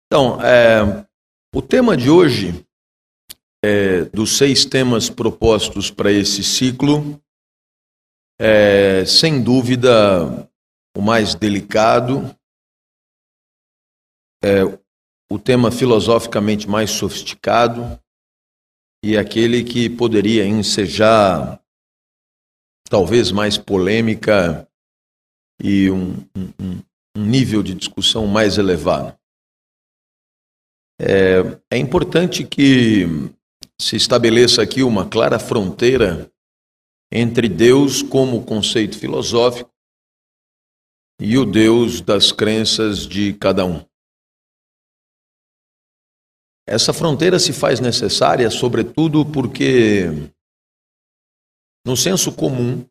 Então, o tema de hoje, dos 6 temas propostos para esse ciclo, é, sem dúvida, o mais delicado, o tema filosoficamente mais sofisticado e aquele que poderia ensejar talvez mais polêmica e um nível de discussão mais elevado. É importante que se estabeleça aqui uma clara fronteira entre Deus como conceito filosófico e o Deus das crenças de cada um. Essa fronteira se faz necessária, sobretudo porque, no senso comum,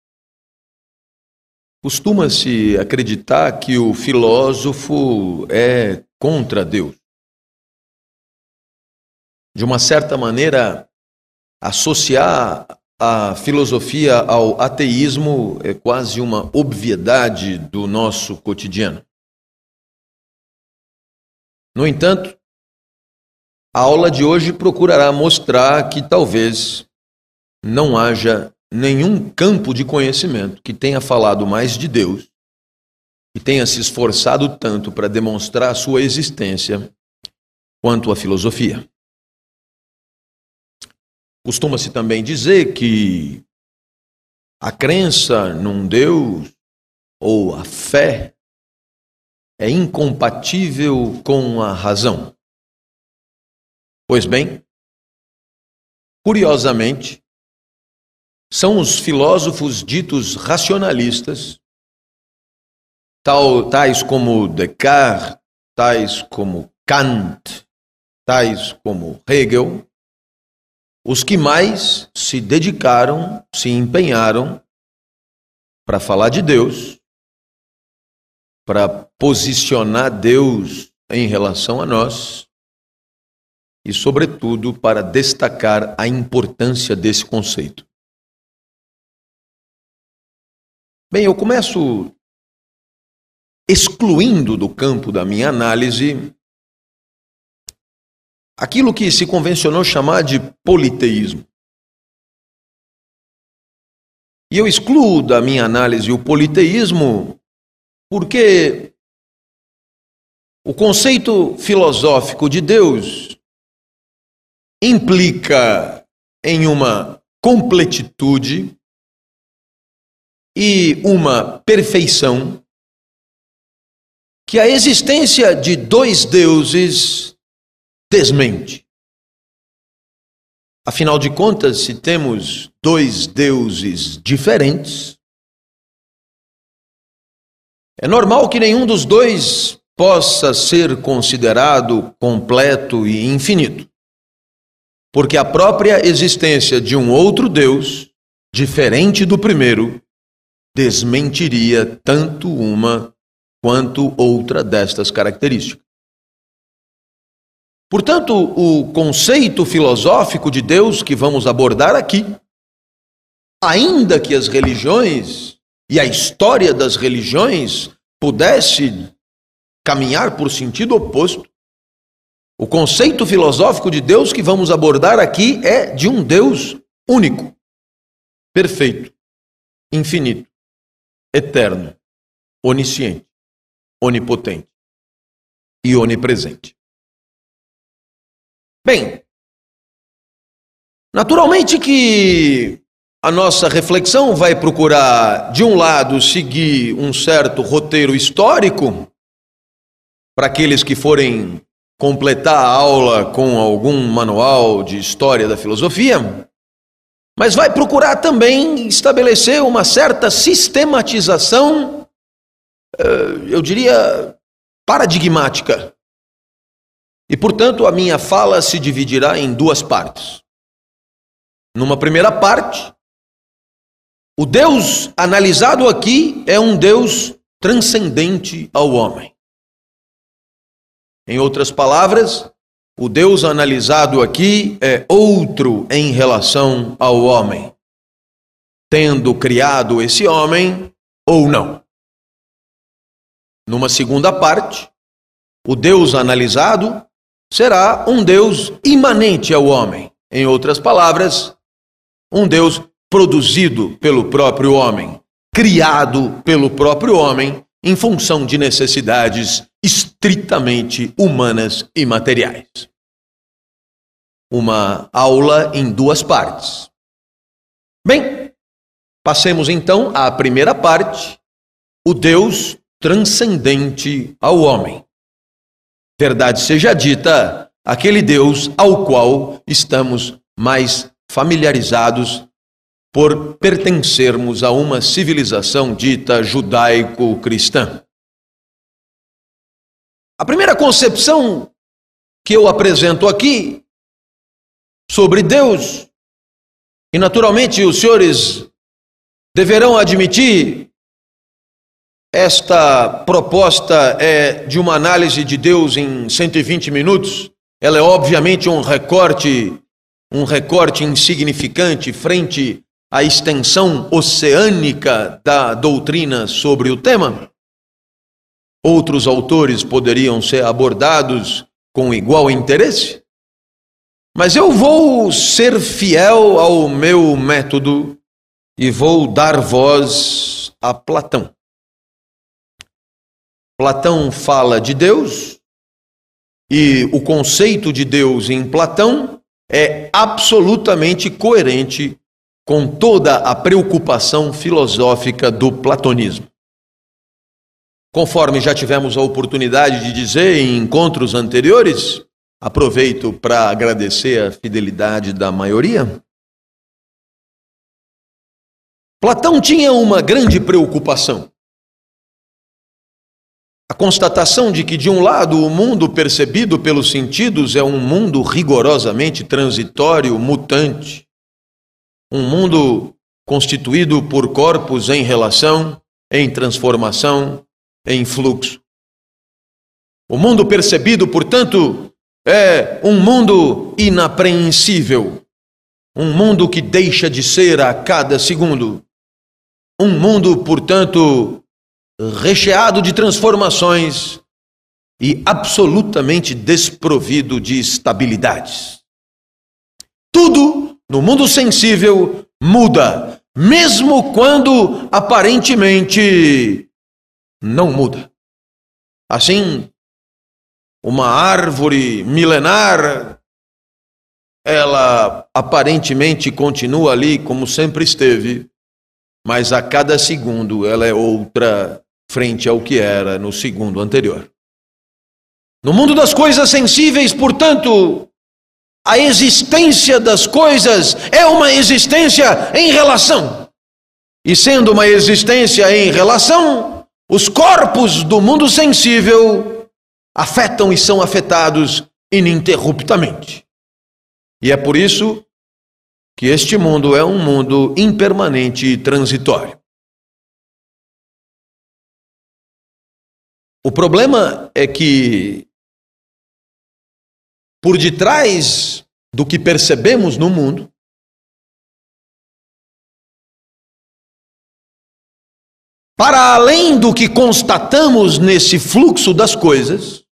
costuma-se acreditar que o filósofo é contra Deus. De uma certa maneira, associar a filosofia ao ateísmo é quase uma obviedade do nosso cotidiano. No entanto, a aula de hoje procurará mostrar que talvez não haja nenhum campo de conhecimento que tenha falado mais de Deus e tenha se esforçado tanto para demonstrar a sua existência quanto a filosofia. Costuma-se também dizer que a crença num Deus ou a fé é incompatível com a razão. Pois bem, curiosamente, são os filósofos ditos racionalistas, tais como Descartes, tais como Kant, tais como Hegel, os que mais se dedicaram, se empenharam para falar de Deus, para posicionar Deus em relação a nós e, sobretudo, para destacar a importância desse conceito. Bem, eu começo excluindo do campo da minha análise aquilo que se convencionou chamar de politeísmo. E eu excluo da minha análise o politeísmo porque o conceito filosófico de Deus implica em uma completitude e uma perfeição que a existência de 2 deuses desmente. Afinal de contas, se temos 2 deuses diferentes, é normal que nenhum dos 2 possa ser considerado completo e infinito, porque a própria existência de um outro Deus, diferente do primeiro, desmentiria tanto uma quanto outra destas características. Portanto, o conceito filosófico de Deus que vamos abordar aqui, ainda que as religiões e a história das religiões pudesse caminhar por sentido oposto, o conceito filosófico de Deus que vamos abordar aqui é de um Deus único, perfeito, infinito, eterno, onisciente, onipotente e onipresente. Bem, naturalmente que a nossa reflexão vai procurar, de um lado, seguir um certo roteiro histórico, para aqueles que forem completar a aula com algum manual de história da filosofia, mas vai procurar também estabelecer uma certa sistematização, eu diria, paradigmática. E, portanto, a minha fala se dividirá em 2 partes. Numa primeira parte, o Deus analisado aqui é um Deus transcendente ao homem. Em outras palavras, o Deus analisado aqui é outro em relação ao homem, tendo criado esse homem ou não. Numa segunda parte, O Deus analisado será um Deus imanente ao homem. Em outras palavras, um Deus produzido pelo próprio homem, criado pelo próprio homem, em função de necessidades estritamente humanas e materiais. Uma aula em duas partes. Bem, passemos então à primeira parte, o Deus transcendente ao homem. Verdade seja dita, aquele Deus ao qual estamos mais familiarizados por pertencermos a uma civilização dita judaico-cristã. A primeira concepção que eu apresento aqui sobre Deus, e naturalmente os senhores deverão admitir, esta proposta é de uma análise de Deus em 120 minutos. Ela é obviamente um recorte insignificante frente à extensão oceânica da doutrina sobre o tema. Outros autores poderiam ser abordados com igual interesse, mas eu vou ser fiel ao meu método e vou dar voz a Platão. Platão fala de Deus, e o conceito de Deus em Platão é absolutamente coerente com toda a preocupação filosófica do platonismo. Conforme já tivemos a oportunidade de dizer em encontros anteriores, aproveito para agradecer a fidelidade da maioria. Platão tinha uma grande preocupação. A constatação de que, de um lado, o mundo percebido pelos sentidos é um mundo rigorosamente transitório, mutante. Um mundo constituído por corpos em relação, em transformação, em fluxo. O mundo percebido, portanto, é um mundo inapreensível. Um mundo que deixa de ser a cada segundo. Um mundo, portanto, recheado de transformações e absolutamente desprovido de estabilidades. Tudo no mundo sensível muda, mesmo quando aparentemente não muda. Assim, uma árvore milenar, ela aparentemente continua ali como sempre esteve, mas a cada segundo ela é outra frente ao que era no segundo anterior. No mundo das coisas sensíveis, portanto, a existência das coisas é uma existência em relação. E sendo uma existência em relação, os corpos do mundo sensível afetam e são afetados ininterruptamente. E é por isso que este mundo é um mundo impermanente e transitório. O problema é que, por detrás do que percebemos no mundo, para além do que constatamos nesse fluxo das coisas,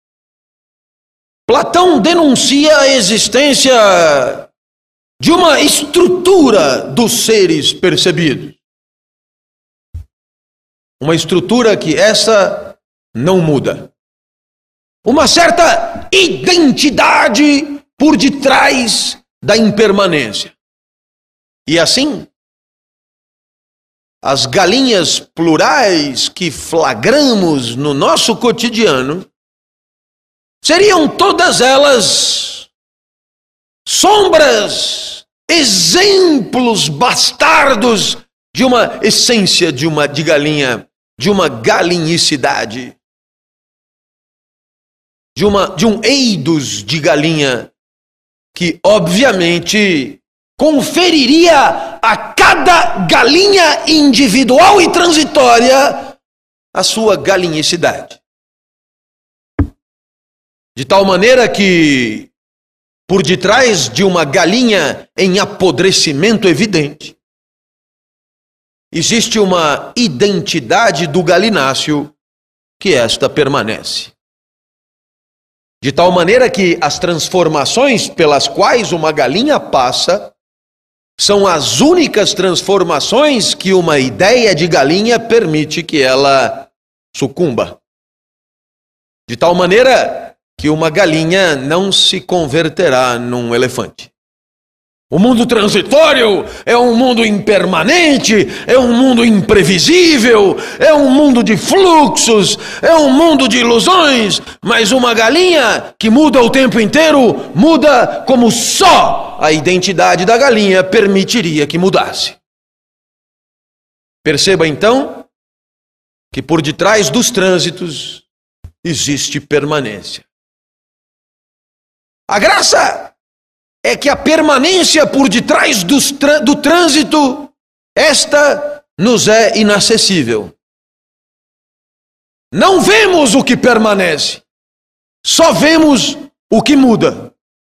Platão denuncia a existência de uma estrutura dos seres percebidos. Uma estrutura que essa não muda. Uma certa identidade por detrás da impermanência. E assim, as galinhas plurais que flagramos no nosso cotidiano seriam todas elas sombras, exemplos bastardos de uma essência de galinha, de uma galinhicidade, de um eidos de galinha que obviamente conferiria a cada galinha individual e transitória a sua galinhicidade. De tal maneira que, por detrás de uma galinha em apodrecimento evidente, existe uma identidade do galináceo que esta permanece. De tal maneira que as transformações pelas quais uma galinha passa são as únicas transformações que uma ideia de galinha permite que ela sucumba. De tal maneira que uma galinha não se converterá num elefante. O mundo transitório é um mundo impermanente, é um mundo imprevisível, é um mundo de fluxos, é um mundo de ilusões, mas uma galinha que muda o tempo inteiro, muda como só a identidade da galinha permitiria que mudasse. Perceba então que por detrás dos trânsitos existe permanência. A graça é que a permanência por detrás do trânsito, esta nos é inacessível. Não vemos o que permanece, só vemos o que muda.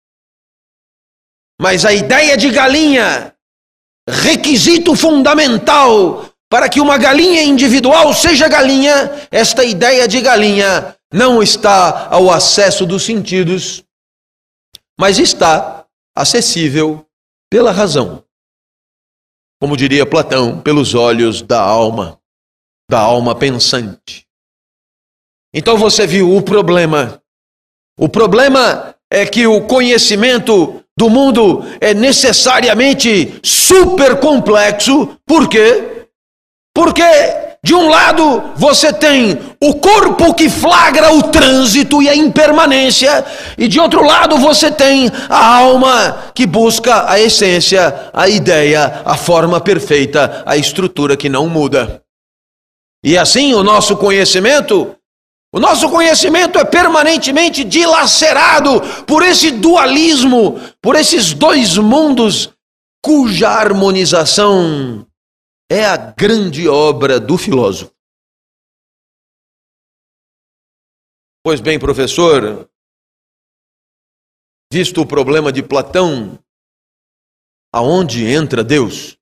Mas a ideia de galinha, requisito fundamental para que uma galinha individual seja galinha, esta ideia de galinha não está ao acesso dos sentidos, mas está acessível pela razão. Como diria Platão, pelos olhos da alma pensante. Então você viu o problema. O problema é que o conhecimento do mundo é necessariamente super complexo. Por quê? Porque de um lado você tem o corpo que flagra o trânsito e a impermanência, e de outro lado você tem a alma que busca a essência, a ideia, a forma perfeita, a estrutura que não muda. E assim o nosso conhecimento é permanentemente dilacerado por esse dualismo, por esses dois mundos cuja harmonização é a grande obra do filósofo. Pois bem, professor, visto o problema de Platão, aonde entra Deus?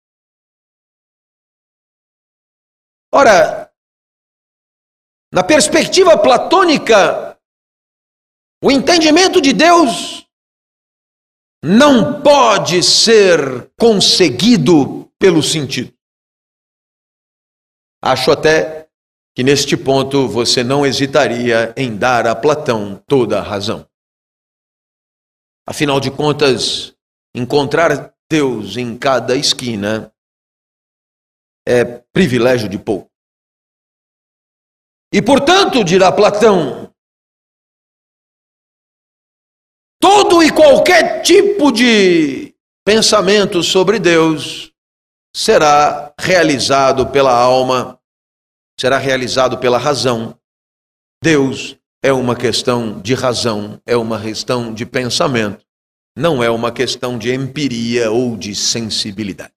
Ora, na perspectiva platônica, o entendimento de Deus não pode ser conseguido pelo sentido. Acho até que neste ponto você não hesitaria em dar a Platão toda a razão. Afinal de contas, encontrar Deus em cada esquina é privilégio de pouco. E portanto, dirá Platão, todo e qualquer tipo de pensamento sobre Deus será realizado pela alma, será realizado pela razão. Deus é uma questão de razão, é uma questão de pensamento, não é uma questão de empiria ou de sensibilidade.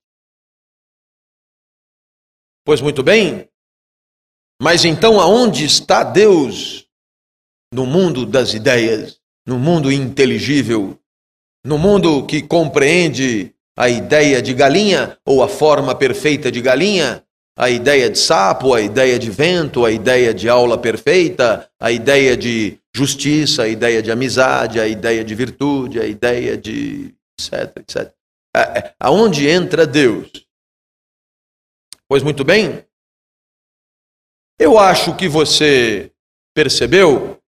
Pois muito bem, mas então aonde está Deus no mundo das ideias, no mundo inteligível, no mundo que compreende a ideia de galinha ou a forma perfeita de galinha, a ideia de sapo, a ideia de vento, a ideia de aula perfeita, a ideia de justiça, a ideia de amizade, a ideia de virtude, a ideia de etc, etc. Aonde entra Deus? Pois muito bem, eu acho que você percebeu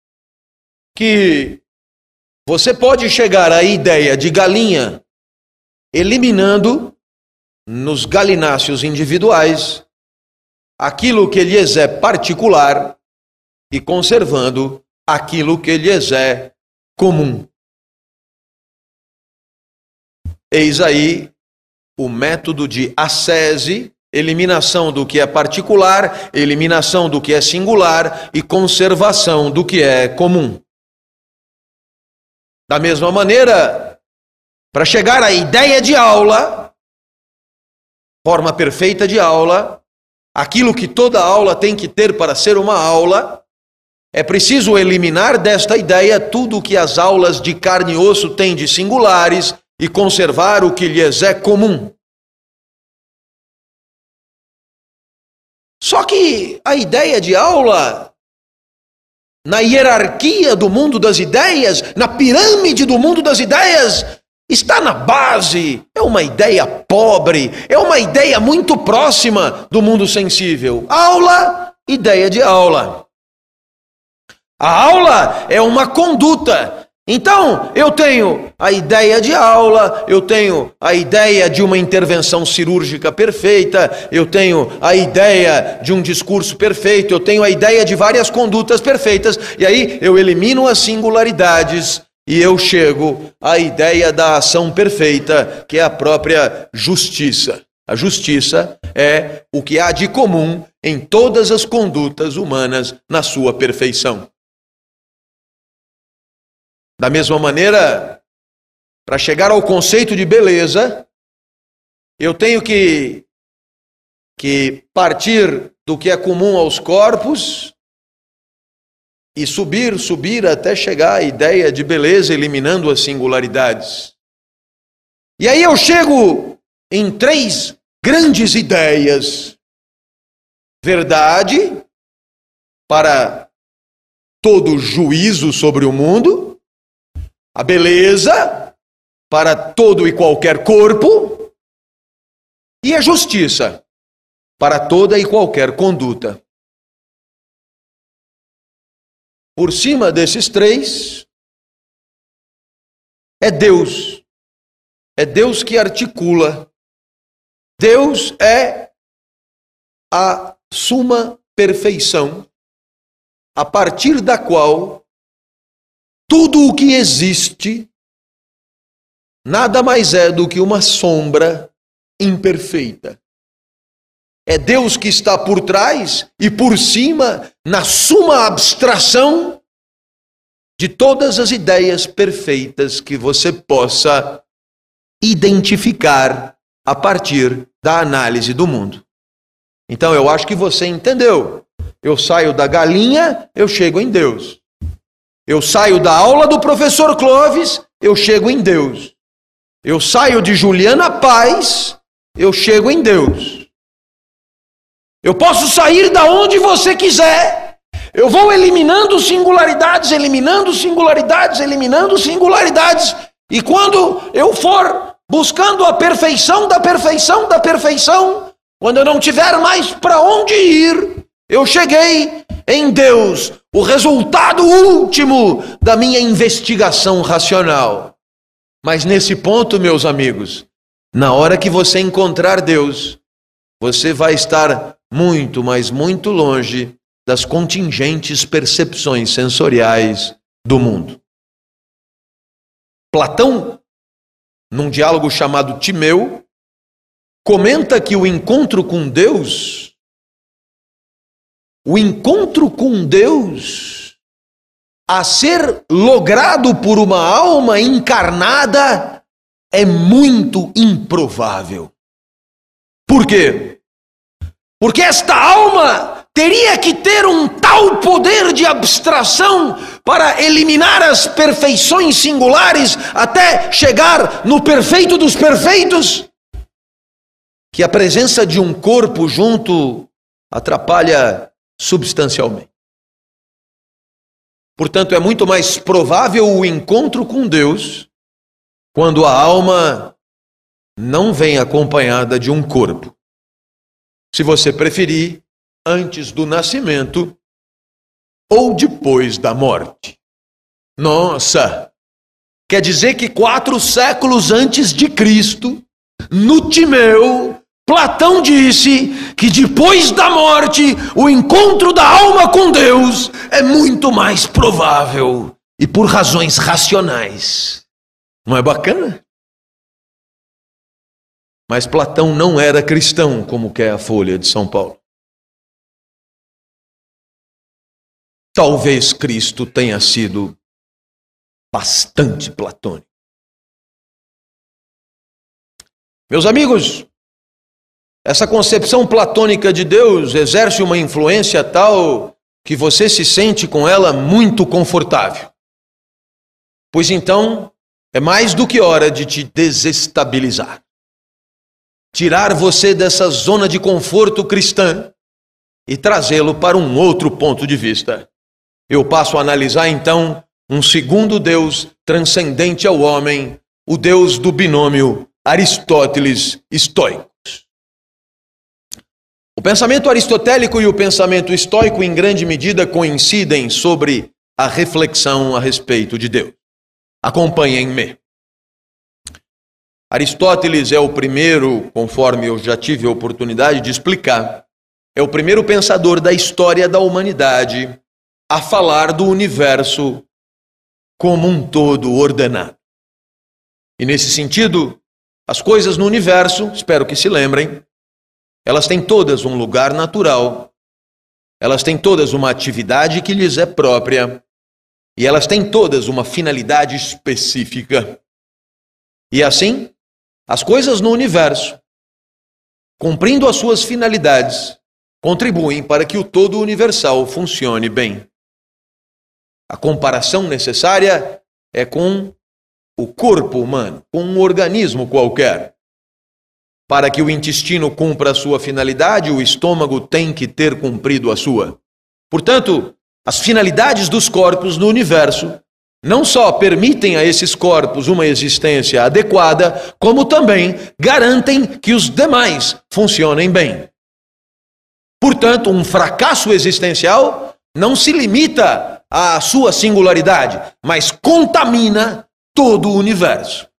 que você pode chegar à ideia de galinha eliminando nos galináceos individuais aquilo que lhes é particular e conservando aquilo que lhes é comum. Eis aí o método de ascese, eliminação do que é particular, eliminação do que é singular e conservação do que é comum. Da mesma maneira, para chegar à ideia de aula, forma perfeita de aula, aquilo que toda aula tem que ter para ser uma aula, é preciso eliminar desta ideia tudo o que as aulas de carne e osso têm de singulares e conservar o que lhes é comum. Só que a ideia de aula na hierarquia do mundo das ideias, na pirâmide do mundo das ideias, está na base. É uma ideia pobre, é uma ideia muito próxima do mundo sensível. Aula, ideia de aula. A aula é uma conduta. Então, eu tenho a ideia de aula, eu tenho a ideia de uma intervenção cirúrgica perfeita, eu tenho a ideia de um discurso perfeito, eu tenho a ideia de várias condutas perfeitas, e aí eu elimino as singularidades e eu chego à ideia da ação perfeita, que é a própria justiça. A justiça é o que há de comum em todas as condutas humanas na sua perfeição. Da mesma maneira, para chegar ao conceito de beleza, eu tenho que partir do que é comum aos corpos e subir até chegar à ideia de beleza, eliminando as singularidades. E aí eu chego em 3 grandes ideias. Verdade, para todo juízo sobre o mundo. A beleza, para todo e qualquer corpo. E a justiça, para toda e qualquer conduta. Por cima desses 3, é Deus. É Deus que articula. Deus é a suma perfeição, a partir da qual tudo o que existe nada mais é do que uma sombra imperfeita. É Deus que está por trás e por cima, na suma abstração de todas as ideias perfeitas que você possa identificar a partir da análise do mundo. Então eu acho que você entendeu. Eu saio da galinha, eu chego em Deus. Eu saio da aula do professor Clóvis, eu chego em Deus. Eu saio de Juliana Paz, eu chego em Deus. Eu posso sair da onde você quiser. Eu vou eliminando singularidades, eliminando singularidades, eliminando singularidades. E quando eu for buscando a perfeição da perfeição da perfeição, quando eu não tiver mais para onde ir, eu cheguei em Deus, o resultado último da minha investigação racional. Mas nesse ponto, meus amigos, na hora que você encontrar Deus, você vai estar muito, mas muito longe das contingentes percepções sensoriais do mundo. Platão, num diálogo chamado Timeu, comenta que o encontro com Deus a ser logrado por uma alma encarnada é muito improvável. Por quê? Porque esta alma teria que ter um tal poder de abstração para eliminar as perfeições singulares até chegar no perfeito dos perfeitos, que a presença de um corpo junto atrapalha substancialmente. Portanto, é muito mais provável o encontro com Deus quando a alma não vem acompanhada de um corpo. Se você preferir, antes do nascimento ou depois da morte. Nossa! Quer dizer que 4 séculos antes de Cristo, no Timeu, Platão disse que depois da morte, o encontro da alma com Deus é muito mais provável e por razões racionais. Não é bacana? Mas Platão não era cristão, como quer a Folha de São Paulo. Talvez Cristo tenha sido bastante platônico. Meus amigos, essa concepção platônica de Deus exerce uma influência tal que você se sente com ela muito confortável. Pois então, é mais do que hora de te desestabilizar. Tirar você dessa zona de conforto cristã e trazê-lo para um outro ponto de vista. eu passo a analisar então um segundo Deus transcendente ao homem, o Deus do binômio Aristóteles-estoicos. O pensamento aristotélico e o pensamento estoico, em grande medida, coincidem sobre a reflexão a respeito de Deus. Acompanhem-me. Aristóteles é o primeiro, conforme eu já tive a oportunidade de explicar, é o primeiro pensador da história da humanidade a falar do universo como um todo ordenado. E nesse sentido, as coisas no universo, espero que se lembrem, elas têm todas um lugar natural, elas têm todas uma atividade que lhes é própria, e elas têm todas uma finalidade específica. E assim, as coisas no universo, cumprindo as suas finalidades, contribuem para que o todo universal funcione bem. A comparação necessária é com o corpo humano, com um organismo qualquer. Para que o intestino cumpra a sua finalidade, o estômago tem que ter cumprido a sua. Portanto, as finalidades dos corpos no universo não só permitem a esses corpos uma existência adequada, como também garantem que os demais funcionem bem. Portanto, um fracasso existencial não se limita à sua singularidade, mas contamina todo o universo.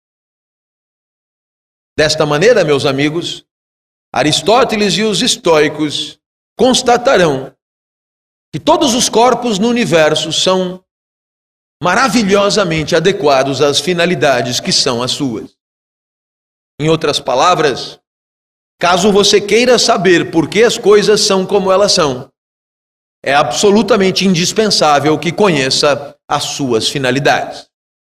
Desta maneira, meus amigos, Aristóteles e os estoicos constatarão que todos os corpos no universo são maravilhosamente adequados às finalidades que são as suas. Em outras palavras, caso você queira saber por que as coisas são como elas são, é absolutamente indispensável que conheça as suas finalidades.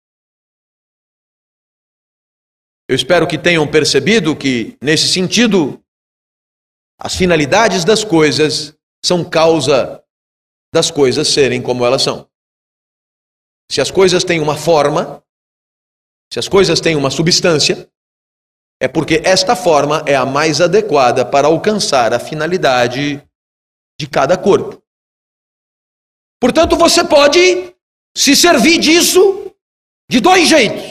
Eu espero que tenham percebido que, nesse sentido, as finalidades das coisas são causa das coisas serem como elas são. Se as coisas têm uma forma, se as coisas têm uma substância, é porque esta forma é a mais adequada para alcançar a finalidade de cada corpo. Portanto, você pode se servir disso de dois jeitos.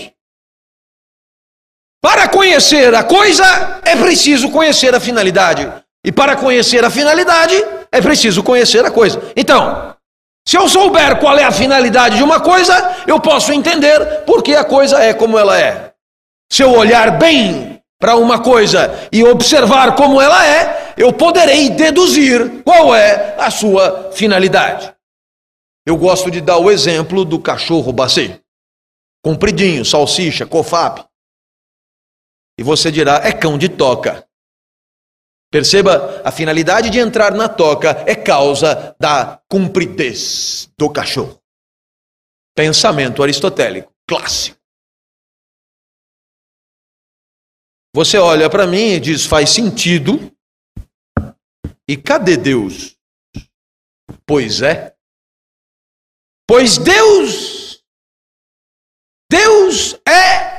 Para conhecer a coisa, é preciso conhecer a finalidade. E para conhecer a finalidade, é preciso conhecer a coisa. Então, se eu souber qual é a finalidade de uma coisa, eu posso entender por que a coisa é como ela é. Se eu olhar bem para uma coisa e observar como ela é, eu poderei deduzir qual é a sua finalidade. Eu gosto de dar o exemplo do cachorro Basset. Compridinho, salsicha, cofap. E você dirá, é cão de toca. Perceba, a finalidade de entrar na toca é causa da compridez do cachorro. Pensamento aristotélico, clássico. Você olha para mim e diz, faz sentido. E cadê Deus? Pois é. Pois Deus é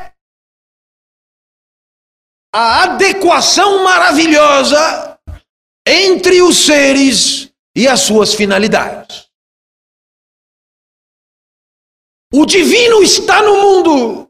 a adequação maravilhosa entre os seres e as suas finalidades. O divino está no mundo.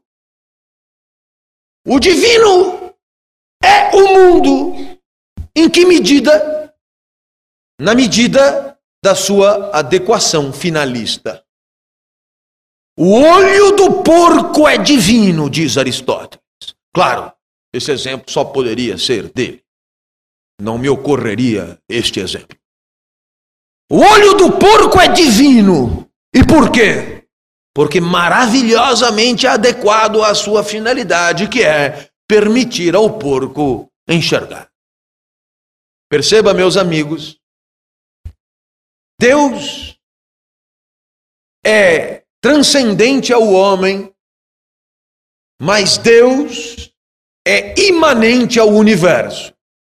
O divino é o mundo. Em que medida? Na medida da sua adequação finalista. O olho do porco é divino, diz Aristóteles. Claro. Esse exemplo só poderia ser dele. Não me ocorreria este exemplo. O olho do porco é divino. E por quê? Porque maravilhosamente adequado à sua finalidade, que é permitir ao porco enxergar. Perceba, meus amigos, Deus é transcendente ao homem, mas Deus é imanente ao universo.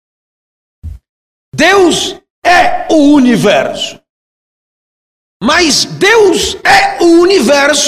Deus é o universo. Mas Deus é o universo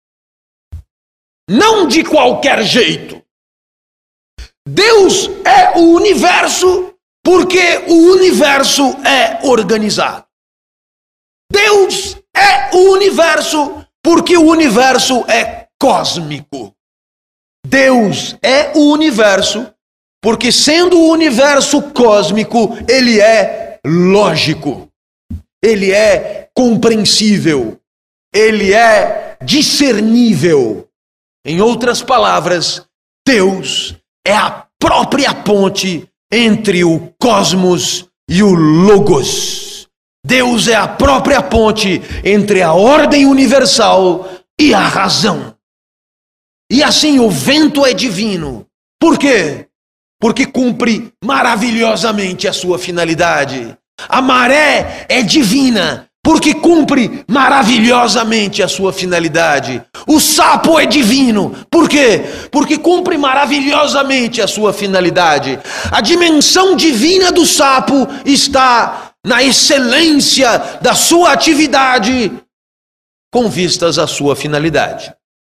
não de qualquer jeito. Deus é o universo porque o universo é organizado. Deus é o universo, porque o universo é cósmico. Deus é o universo, porque sendo o universo cósmico, ele é lógico, ele é compreensível, ele é discernível. Em outras palavras, Deus é a própria ponte entre o cosmos e o logos. Deus é a própria ponte entre a ordem universal e a razão. E assim o vento é divino. Por quê? Porque cumpre maravilhosamente a sua finalidade. A maré é divina, porque cumpre maravilhosamente a sua finalidade. O sapo é divino. Por quê? Porque cumpre maravilhosamente a sua finalidade. A dimensão divina do sapo está na excelência da sua atividade com vistas à sua finalidade.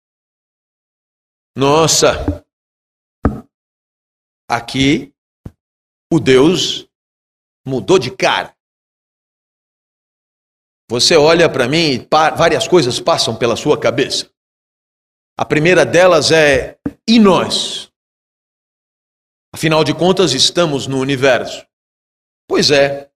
Nossa! Aqui o Deus mudou de cara. Você olha para mim e várias coisas passam pela sua cabeça. A primeira delas é: e nós? Afinal de contas, estamos no universo. Pois é.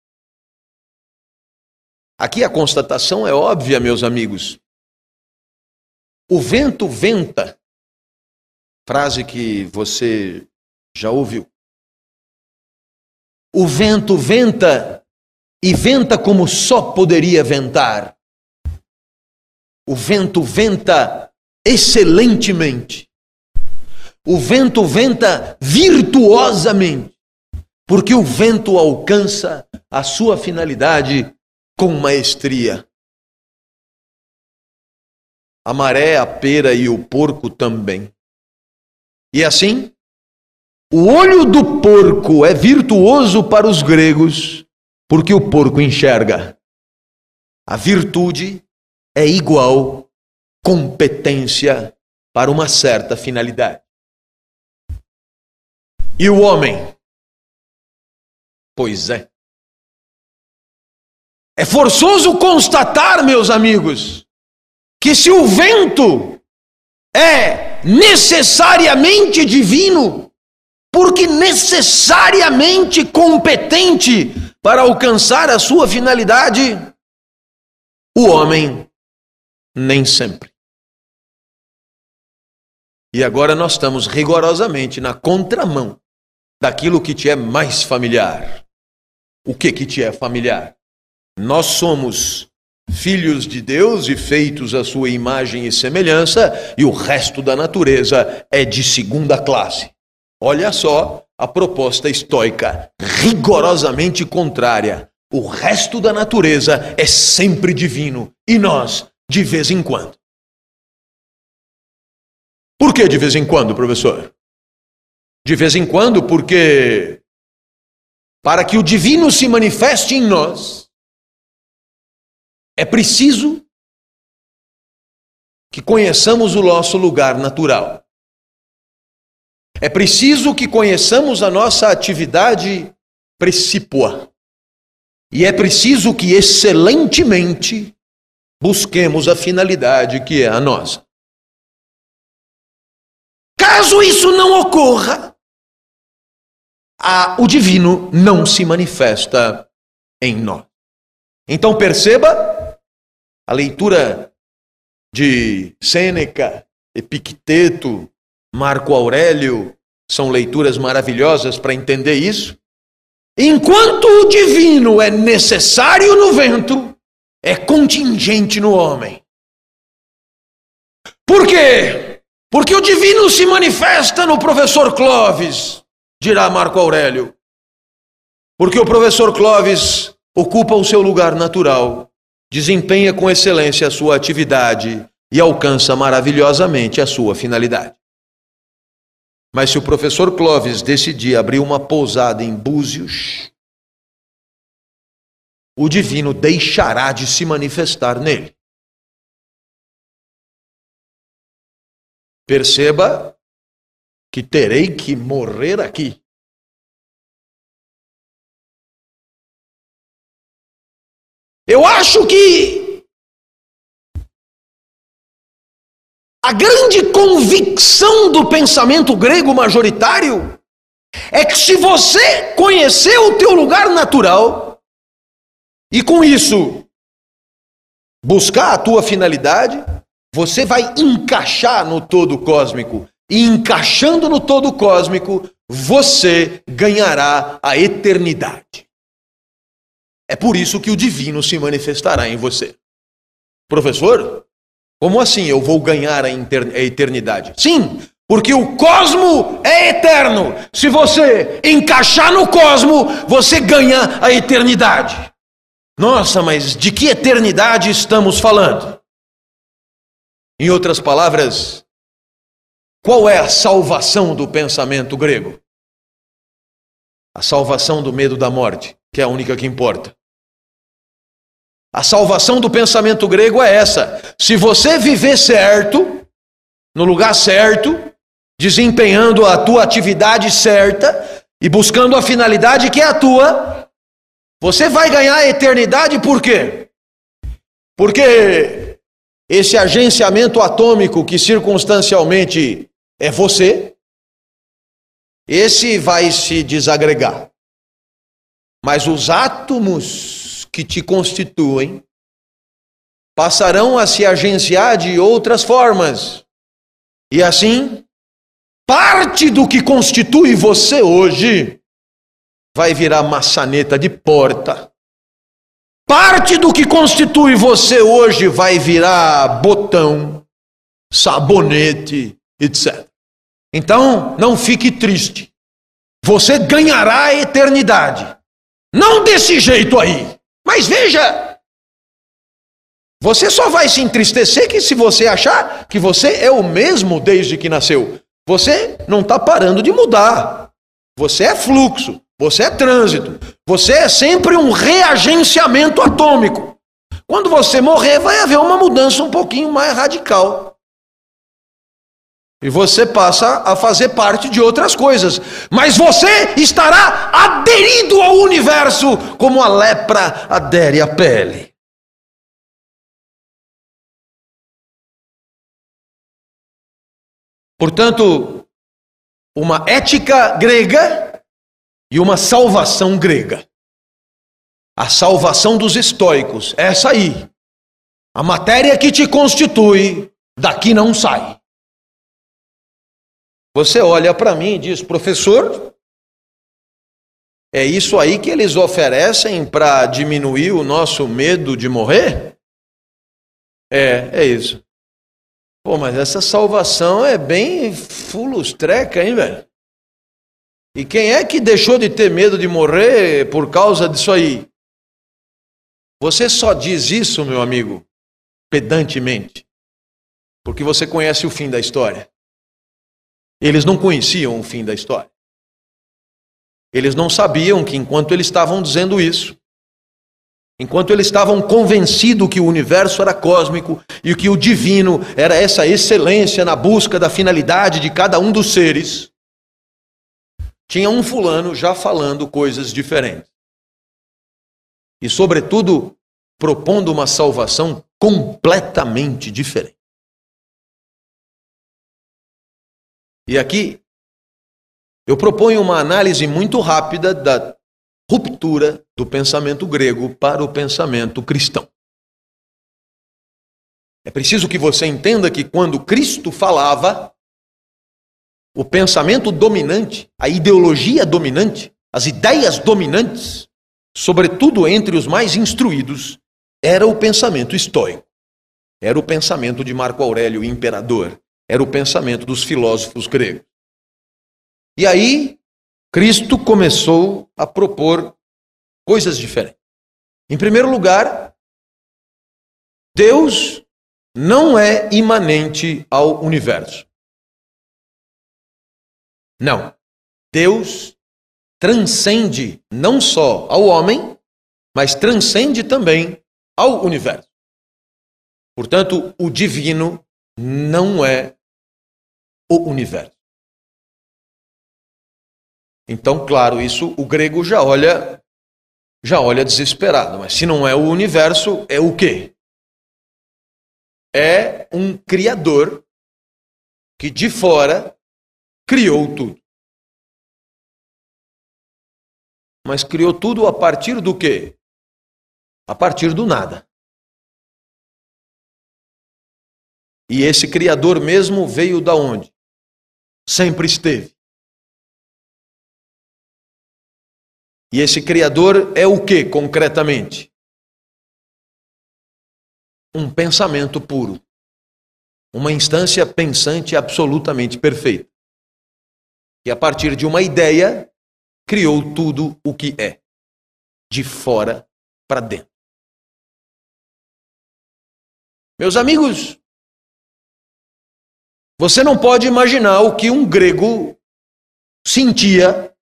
Aqui a constatação é óbvia, meus amigos. O vento venta. Frase que você já ouviu. O vento venta e venta como só poderia ventar. O vento venta excelentemente. O vento venta virtuosamente, porque o vento alcança a sua finalidade com maestria. A maré, a pera e o porco também. E assim, o olho do porco é virtuoso para os gregos, porque o porco enxerga. A virtude é igual competência para uma certa finalidade. E o homem? Pois é. É forçoso constatar, meus amigos, que se o vento é necessariamente divino, porque necessariamente competente para alcançar a sua finalidade, o homem nem sempre. E agora nós estamos rigorosamente na contramão daquilo que te é mais familiar. O que te é familiar? Nós somos filhos de Deus e feitos à sua imagem e semelhança, e o resto da natureza é de segunda classe. Olha só a proposta estoica, rigorosamente contrária. O resto da natureza é sempre divino, e nós, de vez em quando. Por que de vez em quando, professor? De vez em quando, porque para que o divino se manifeste em nós, é preciso que conheçamos o nosso lugar natural. É preciso que conheçamos a nossa atividade precípua. E é preciso que excelentemente busquemos a finalidade que é a nossa. Caso isso não ocorra, o divino não se manifesta em nós. Então perceba, a leitura de Sêneca, Epicteto, Marco Aurélio, são leituras maravilhosas para entender isso. Enquanto o divino é necessário no vento, é contingente no homem. Por quê? Porque o divino se manifesta no professor Clóvis, dirá Marco Aurélio. Porque o professor Clóvis ocupa o seu lugar natural, desempenha com excelência a sua atividade e alcança maravilhosamente a sua finalidade. Mas se o professor Clóvis decidir abrir uma pousada em Búzios, o divino deixará de se manifestar nele. Perceba que terei que morrer aqui. Eu acho que A grande convicção do pensamento grego majoritário é que se você conhecer o teu lugar natural e com isso buscar a tua finalidade, você vai encaixar no todo cósmico. E encaixando no todo cósmico, você ganhará a eternidade. É por isso que o divino se manifestará em você. Professor, como assim eu vou ganhar a eternidade? Sim, porque o cosmo é eterno. Se você encaixar no cosmo, você ganha a eternidade. Nossa, mas de que eternidade estamos falando? Em outras palavras, qual é a salvação do pensamento grego? A salvação do medo da morte, que é a única que importa. A salvação do pensamento grego é essa. Se você viver certo, no lugar certo, desempenhando a tua atividade certa e buscando a finalidade que é a tua, você vai ganhar a eternidade. Por quê? Porque esse agenciamento atômico que circunstancialmente é você, esse vai se desagregar. Mas os átomos que te constituem passarão a se agenciar de outras formas. E assim, parte do que constitui você hoje vai virar maçaneta de porta. Parte do que constitui você hoje vai virar botão, sabonete, etc. Então, não fique triste. Você ganhará a eternidade. Não desse jeito aí. Mas veja, você só vai se entristecer que se você achar que você é o mesmo desde que nasceu. Você não está parando de mudar. Você é fluxo, você é trânsito. Você é sempre um reagenciamento atômico. Quando você morrer, vai haver uma mudança um pouquinho mais radical. E você passa a fazer parte de outras coisas. Mas você estará aderido ao universo como a lepra adere à pele. Portanto, uma ética grega e uma salvação grega. A salvação dos estoicos, essa aí. A matéria que te constitui, daqui não sai. Você olha para mim e diz, professor, é isso aí que eles oferecem para diminuir o nosso medo de morrer? É isso. Pô, mas essa salvação é bem fulustreca, hein, velho? E quem é que deixou de ter medo de morrer por causa disso aí? Você só diz isso, meu amigo, pedantemente, porque você conhece o fim da história. Eles não conheciam o fim da história. Eles não sabiam que enquanto eles estavam dizendo isso, enquanto eles estavam convencidos que o universo era cósmico e que o divino era essa excelência na busca da finalidade de cada um dos seres, tinha um fulano já falando coisas diferentes. E, sobretudo, propondo uma salvação completamente diferente. E aqui, eu proponho uma análise muito rápida da ruptura do pensamento grego para o pensamento cristão. É preciso que você entenda que quando Cristo falava, o pensamento dominante, a ideologia dominante, as ideias dominantes, sobretudo entre os mais instruídos, era o pensamento estoico. Era o pensamento de Marco Aurélio, o imperador. Era o pensamento dos filósofos gregos. E aí, Cristo começou a propor coisas diferentes. Em primeiro lugar, Deus não é imanente ao universo. Não. Deus transcende não só ao homem, mas transcende também ao universo. Portanto, o divino não é o universo. Então, claro, isso o grego já olha desesperado. Mas se não é o universo, é o quê? É um criador que de fora criou tudo. Mas criou tudo a partir do quê? A partir do nada. E esse Criador mesmo veio da onde? Sempre esteve. E esse Criador é o que, concretamente? Um pensamento puro. Uma instância pensante absolutamente perfeita. E a partir de uma ideia, criou tudo o que é. De fora para dentro. Meus amigos, você não pode imaginar o que um grego sentia,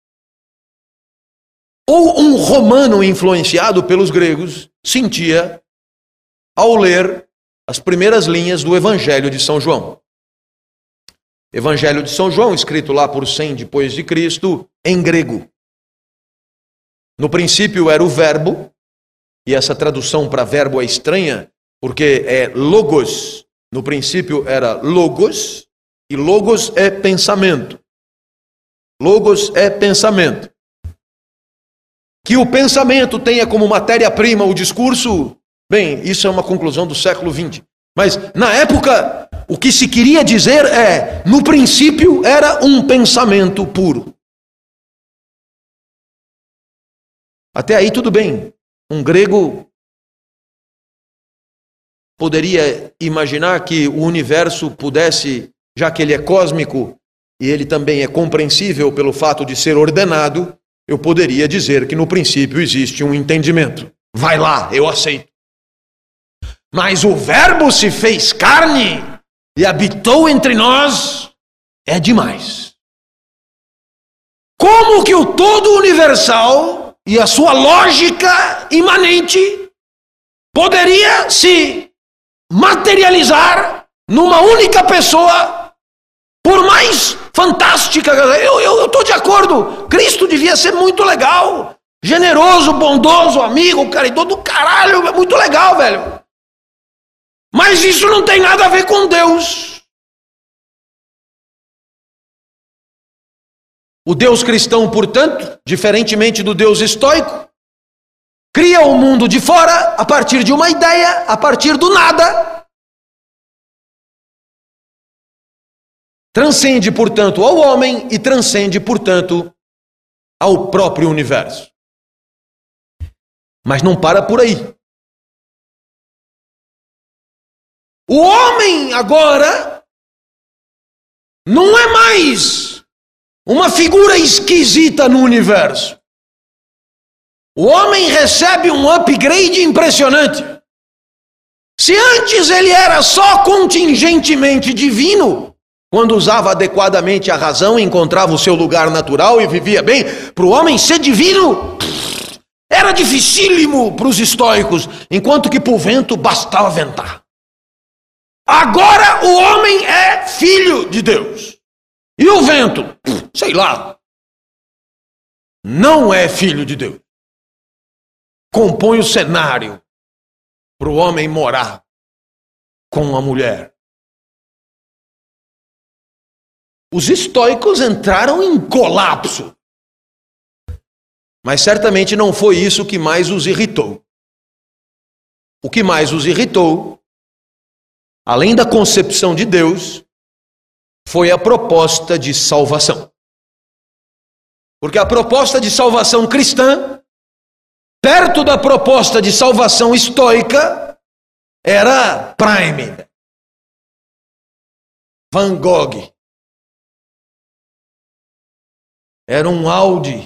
ou um romano influenciado pelos gregos sentia ao ler as primeiras linhas do Evangelho de São João. Evangelho de São João, escrito lá por 100 depois de Cristo, em grego. No princípio era o verbo, e essa tradução para verbo é estranha, porque é logos. No princípio era logos, e logos é pensamento. Logos é pensamento. Que o pensamento tenha como matéria-prima o discurso, bem, isso é uma conclusão do século XX. Mas, na época, o que se queria dizer é, no princípio era um pensamento puro. Até aí tudo bem. Um grego poderia imaginar que o universo pudesse, já que ele é cósmico, e ele também é compreensível pelo fato de ser ordenado, eu poderia dizer que no princípio existe um entendimento. Vai lá, eu aceito. Mas o verbo se fez carne e habitou entre nós, é demais. Como que o todo universal e a sua lógica imanente poderia se materializar numa única pessoa, por mais fantástica? Eu estou de acordo, Cristo devia ser muito legal, generoso, bondoso, amigo, caridoso do caralho, é muito legal, velho. Mas isso não tem nada a ver com Deus. O Deus cristão, portanto, diferentemente do Deus estoico, cria o mundo de fora a partir de uma ideia, a partir do nada. Transcende, portanto, ao homem e transcende, portanto, ao próprio universo. Mas não para por aí. O homem agora não é mais uma figura esquisita no universo. O homem recebe um upgrade impressionante. Se antes ele era só contingentemente divino, quando usava adequadamente a razão, encontrava o seu lugar natural e vivia bem, para o homem ser divino era dificílimo para os estoicos, enquanto que para o vento bastava ventar. Agora o homem é filho de Deus. E o vento, sei lá, não é filho de Deus. Compõe o cenário para o homem morar com a mulher. Os estoicos entraram em colapso. Mas certamente não foi isso que mais os irritou. O que mais os irritou, além da concepção de Deus, foi a proposta de salvação. Porque a proposta de salvação cristã, perto da proposta de salvação estoica, era prime. Van Gogh. Era um Audi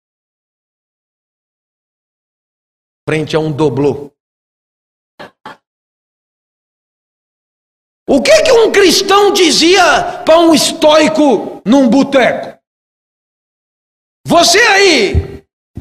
frente a um doblô. O que um cristão dizia para um estoico num boteco? Você aí,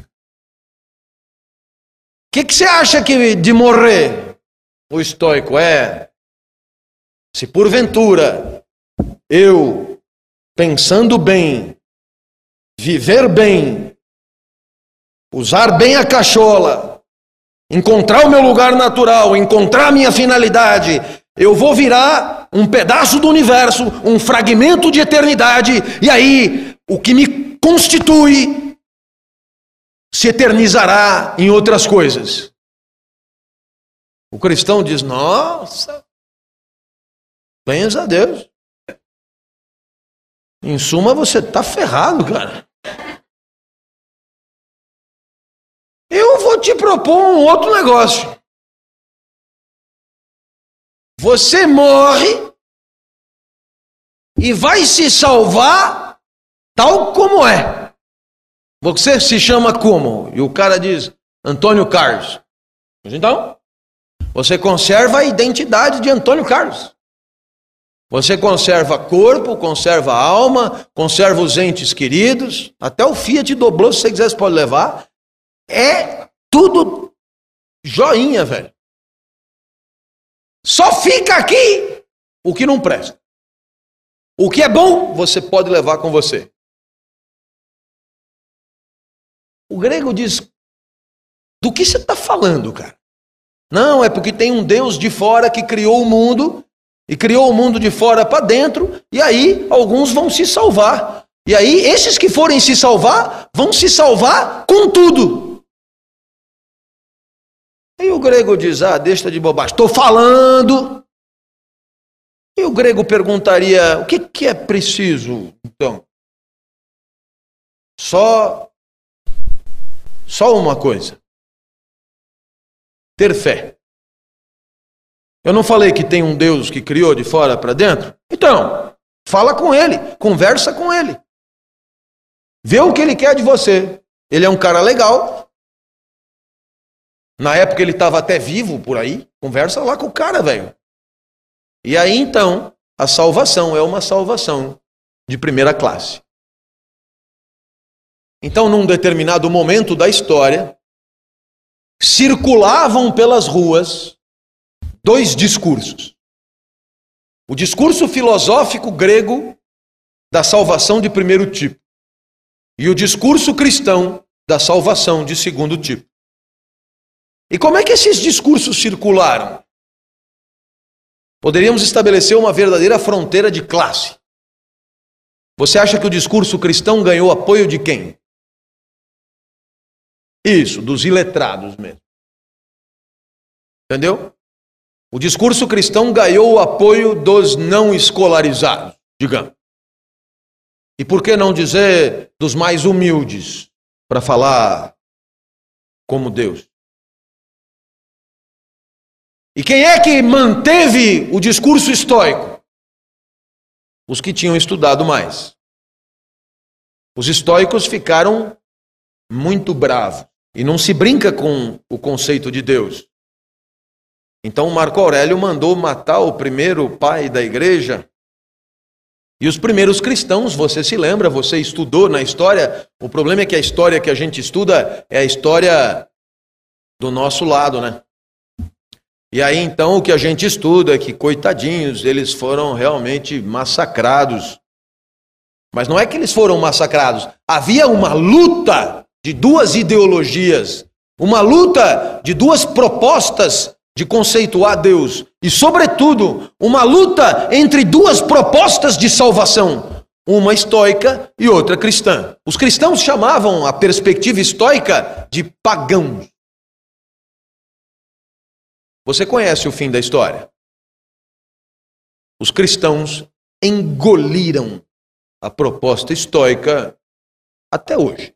o que você acha que de morrer? O estoico se porventura eu, pensando bem, viver bem, usar bem a cachola, encontrar o meu lugar natural, encontrar a minha finalidade, eu vou virar um pedaço do universo, um fragmento de eternidade, e aí o que me constitui se eternizará em outras coisas. O cristão diz, nossa, benza a Deus. Em suma, você está ferrado, cara. Eu vou te propor um outro negócio. Você morre e vai se salvar tal como é. Você se chama como? E o cara diz, Antônio Carlos. Mas então, você conserva a identidade de Antônio Carlos. Você conserva corpo, conserva alma, conserva os entes queridos, até o Fiat Doblô, se você quiser, você pode levar. É tudo joinha, velho. Só fica aqui o que não presta. O que é bom, você pode levar com você. O grego diz, do que você está falando, cara? Não, é porque tem um Deus de fora que criou o mundo, e criou o mundo de fora para dentro, e aí alguns vão se salvar. E aí esses que forem se salvar, vão se salvar com tudo. Aí o grego diz, deixa de bobagem, estou falando. E o grego perguntaria, o que é preciso, então? Só uma coisa. Ter fé. Eu não falei que tem um Deus que criou de fora para dentro? Então, fala com ele, conversa com ele. Vê o que ele quer de você. Ele é um cara legal. Na época ele estava até vivo por aí. Conversa lá com o cara, velho. E aí então, a salvação é uma salvação de primeira classe. Então, num determinado momento da história, circulavam pelas ruas dois discursos. O discurso filosófico grego da salvação de primeiro tipo e o discurso cristão da salvação de segundo tipo. E como é que esses discursos circularam? Poderíamos estabelecer uma verdadeira fronteira de classe. Você acha que o discurso cristão ganhou apoio de quem? Isso, dos iletrados mesmo. Entendeu? O discurso cristão ganhou o apoio dos não escolarizados, digamos. E por que não dizer dos mais humildes, para falar como Deus? E quem é que manteve o discurso estoico? Os que tinham estudado mais. Os estoicos ficaram muito bravos. E não se brinca com o conceito de Deus. Então Marco Aurélio mandou matar o primeiro pai da igreja. E os primeiros cristãos, você se lembra, você estudou na história. O problema é que a história que a gente estuda é a história do nosso lado, né? E aí então o que a gente estuda é que, coitadinhos, eles foram realmente massacrados. Mas não é que eles foram massacrados. Havia uma luta de duas ideologias, uma luta de duas propostas de conceituar Deus, e sobretudo, uma luta entre duas propostas de salvação, uma estoica e outra cristã. Os cristãos chamavam a perspectiva estoica de pagãos. Você conhece o fim da história? Os cristãos engoliram a proposta estoica até hoje.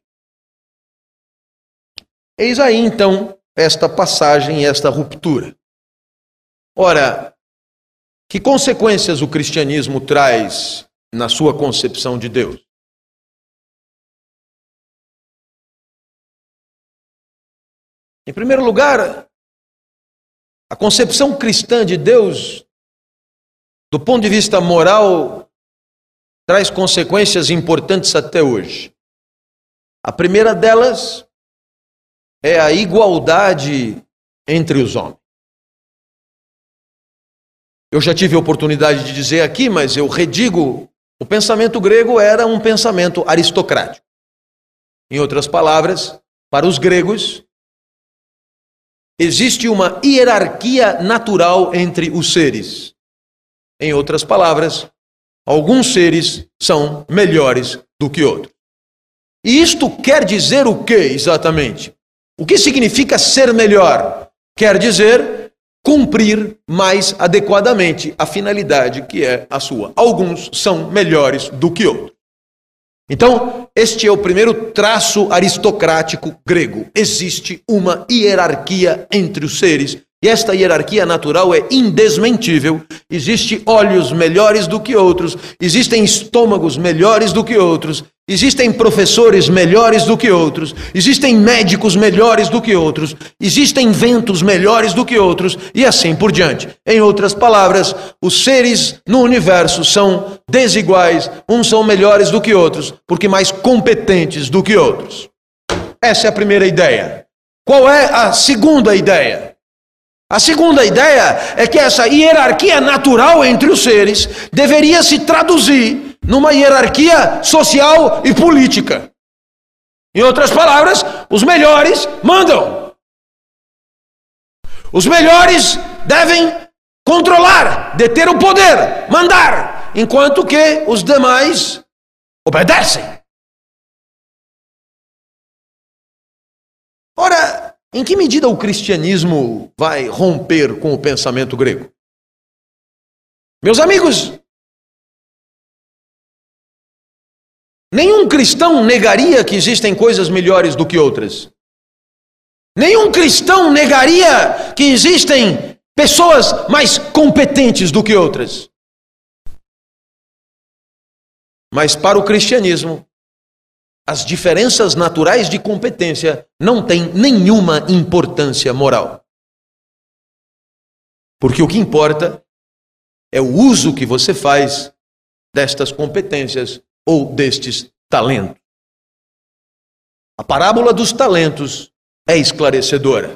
Eis aí, então, esta passagem, esta ruptura. Ora, que consequências o cristianismo traz na sua concepção de Deus? Em primeiro lugar, a concepção cristã de Deus, do ponto de vista moral, traz consequências importantes até hoje. A primeira delas é a igualdade entre os homens. Eu já tive a oportunidade de dizer aqui, mas eu redigo, o pensamento grego era um pensamento aristocrático. Em outras palavras, para os gregos, existe uma hierarquia natural entre os seres. Em outras palavras, alguns seres são melhores do que outros. E isto quer dizer o que exatamente? O que significa ser melhor? Quer dizer cumprir mais adequadamente a finalidade que é a sua. Alguns são melhores do que outros. Então, este é o primeiro traço aristocrático grego. Existe uma hierarquia entre os seres. E esta hierarquia natural é indesmentível. Existem olhos melhores do que outros, existem estômagos melhores do que outros, existem professores melhores do que outros, existem médicos melhores do que outros, existem ventos melhores do que outros, e assim por diante. Em outras palavras, os seres no universo são desiguais, uns são melhores do que outros, porque mais competentes do que outros. Essa é a primeira ideia. Qual é a segunda ideia? A segunda ideia é que essa hierarquia natural entre os seres deveria se traduzir numa hierarquia social e política. Em outras palavras, os melhores mandam. Os melhores devem controlar, deter o poder, mandar, enquanto que os demais obedecem. Ora, em que medida o cristianismo vai romper com o pensamento grego? Meus amigos, nenhum cristão negaria que existem coisas melhores do que outras. Nenhum cristão negaria que existem pessoas mais competentes do que outras. Mas para o cristianismo, as diferenças naturais de competência não têm nenhuma importância moral. Porque o que importa é o uso que você faz destas competências ou destes talentos. A parábola dos talentos é esclarecedora.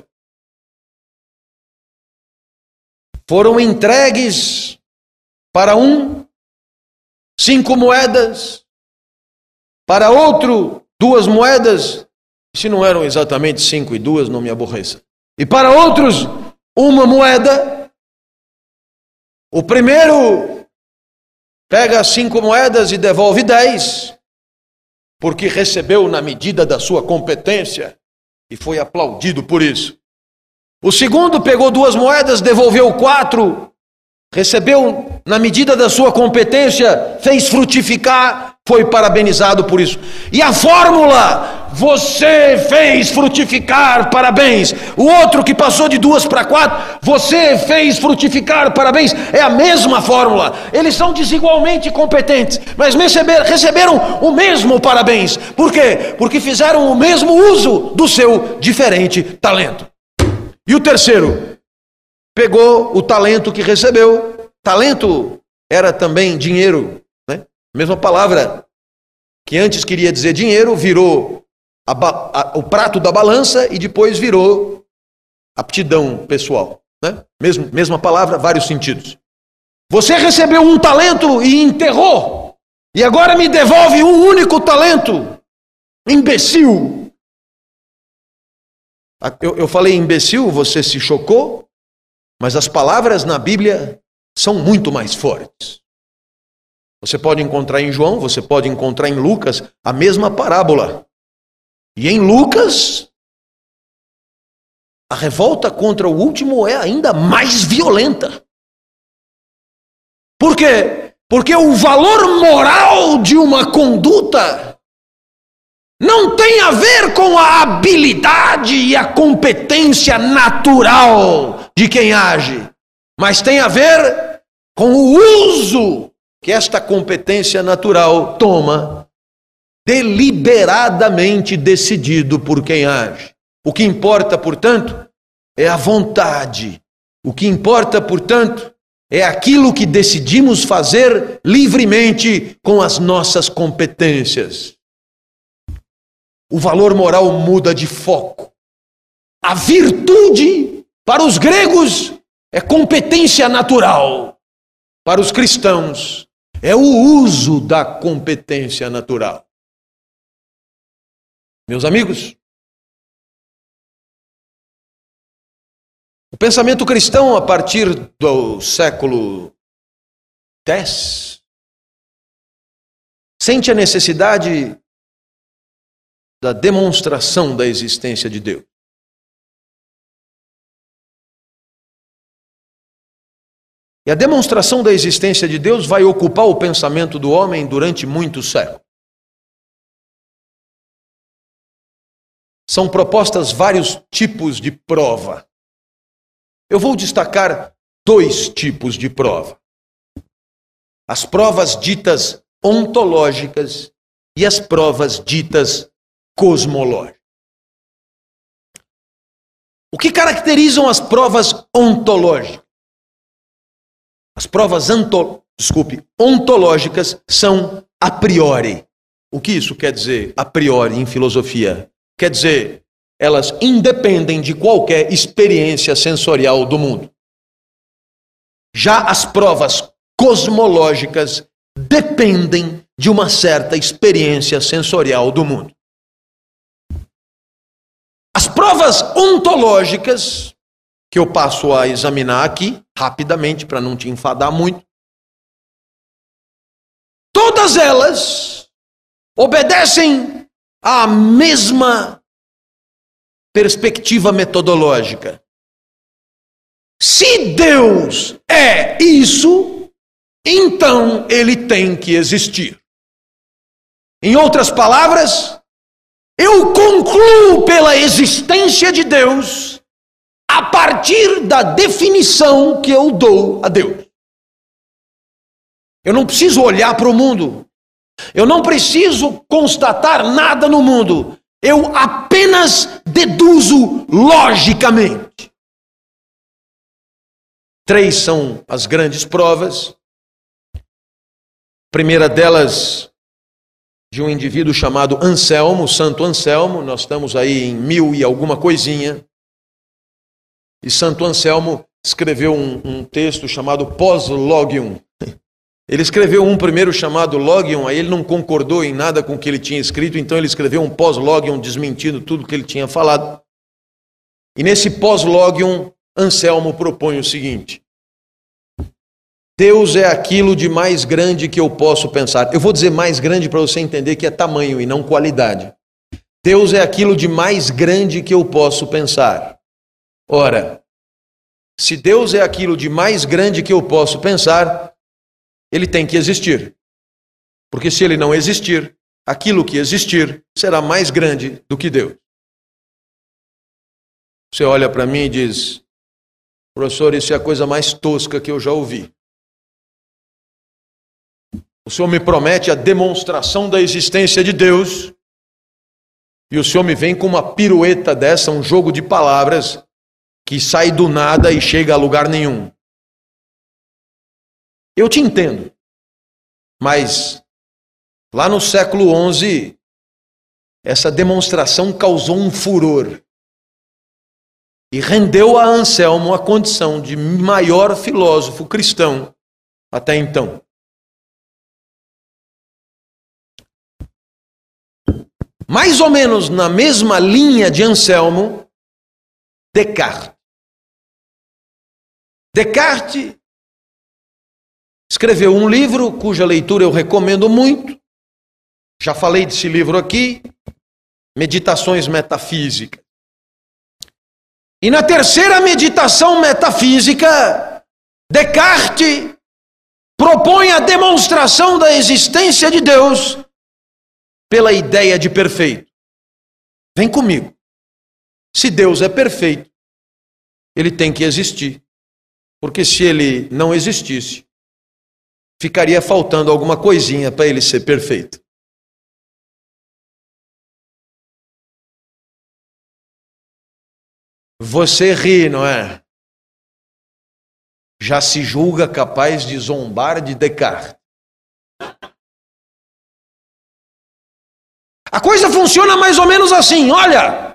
Foram entregues para um 5 moedas, para outro 2 moedas, se não eram exatamente 5 e 2, não me aborreça. E para outros 1 moeda. O primeiro pega 5 moedas e devolve 10, porque recebeu na medida da sua competência e foi aplaudido por isso. O segundo pegou 2 moedas, devolveu 4, recebeu na medida da sua competência, fez frutificar, foi parabenizado por isso. E a fórmula, você fez frutificar, parabéns. O outro que passou de 2 para 4, você fez frutificar, parabéns. É a mesma fórmula. Eles são desigualmente competentes, mas receberam o mesmo parabéns. Por quê? Porque fizeram o mesmo uso do seu diferente talento. E o terceiro pegou o talento que recebeu. Talento era também dinheiro, né? A mesma palavra que antes queria dizer dinheiro, virou o prato da balança e depois virou aptidão pessoal, né? Mesma palavra, vários sentidos. Você recebeu um talento e enterrou, e agora me devolve um único talento. Imbecil. Eu falei imbecil, você se chocou, mas as palavras na Bíblia são muito mais fortes. Você pode encontrar em João, você pode encontrar em Lucas a mesma parábola. E em Lucas, a revolta contra o último é ainda mais violenta. Por quê? Porque o valor moral de uma conduta não tem a ver com a habilidade e a competência natural de quem age, mas tem a ver com o uso que esta competência natural toma, deliberadamente decidido por quem age. O que importa, portanto, é a vontade. O que importa, portanto, é aquilo que decidimos fazer livremente com as nossas competências. O valor moral muda de foco. A virtude, para os gregos, é competência natural. Para os cristãos, é o uso da competência natural. Meus amigos, o pensamento cristão, a partir do século tests, sente a necessidade da demonstração da existência de Deus. E a demonstração da existência de Deus vai ocupar o pensamento do homem durante muitos séculos. São propostas vários tipos de prova. Eu vou destacar 2 tipos de prova. As provas ditas ontológicas e as provas ditas cosmológicas. O que caracterizam as provas ontológicas? As provas ontológicas são a priori. O que isso quer dizer a priori em filosofia? Quer dizer, elas independem de qualquer experiência sensorial do mundo. Já as provas cosmológicas dependem de uma certa experiência sensorial do mundo. As provas ontológicas, que eu passo a examinar aqui, rapidamente, para não te enfadar muito, todas elas obedecem à mesma perspectiva metodológica. Se Deus é isso, então ele tem que existir. Em outras palavras, eu concluo pela existência de Deus a partir da definição que eu dou a Deus. Eu não preciso olhar para o mundo. Eu não preciso constatar nada no mundo. Eu apenas deduzo logicamente. 3 são as grandes provas. A primeira delas, de um indivíduo chamado Anselmo, Santo Anselmo. Nós estamos aí em 1000 e alguma coisinha. E Santo Anselmo escreveu um texto chamado Pós-Logium. Ele escreveu um primeiro chamado Logium, aí ele não concordou em nada com o que ele tinha escrito, então ele escreveu um Pós-Logium desmentindo tudo que ele tinha falado. E nesse Pós-Logium, Anselmo propõe o seguinte: Deus é aquilo de mais grande que eu posso pensar. Eu vou dizer mais grande para você entender que é tamanho e não qualidade. Deus é aquilo de mais grande que eu posso pensar. Ora, se Deus é aquilo de mais grande que eu posso pensar, ele tem que existir. Porque se ele não existir, aquilo que existir será mais grande do que Deus. Você olha para mim e diz: professor, isso é a coisa mais tosca que eu já ouvi. O senhor me promete a demonstração da existência de Deus, e o senhor me vem com uma pirueta dessa, um jogo de palavras, que sai do nada e chega a lugar nenhum. Eu te entendo, mas lá no século XI, essa demonstração causou um furor e rendeu a Anselmo a condição de maior filósofo cristão até então. Mais ou menos na mesma linha de Anselmo, Descartes. Descartes escreveu um livro cuja leitura eu recomendo muito. Já falei desse livro aqui, Meditações Metafísicas. E na terceira meditação metafísica, Descartes propõe a demonstração da existência de Deus pela ideia de perfeito. Vem comigo. Se Deus é perfeito, ele tem que existir. Porque se ele não existisse, ficaria faltando alguma coisinha para ele ser perfeito. Você ri, não é? Já se julga capaz de zombar de Descartes. A coisa funciona mais ou menos assim, olha.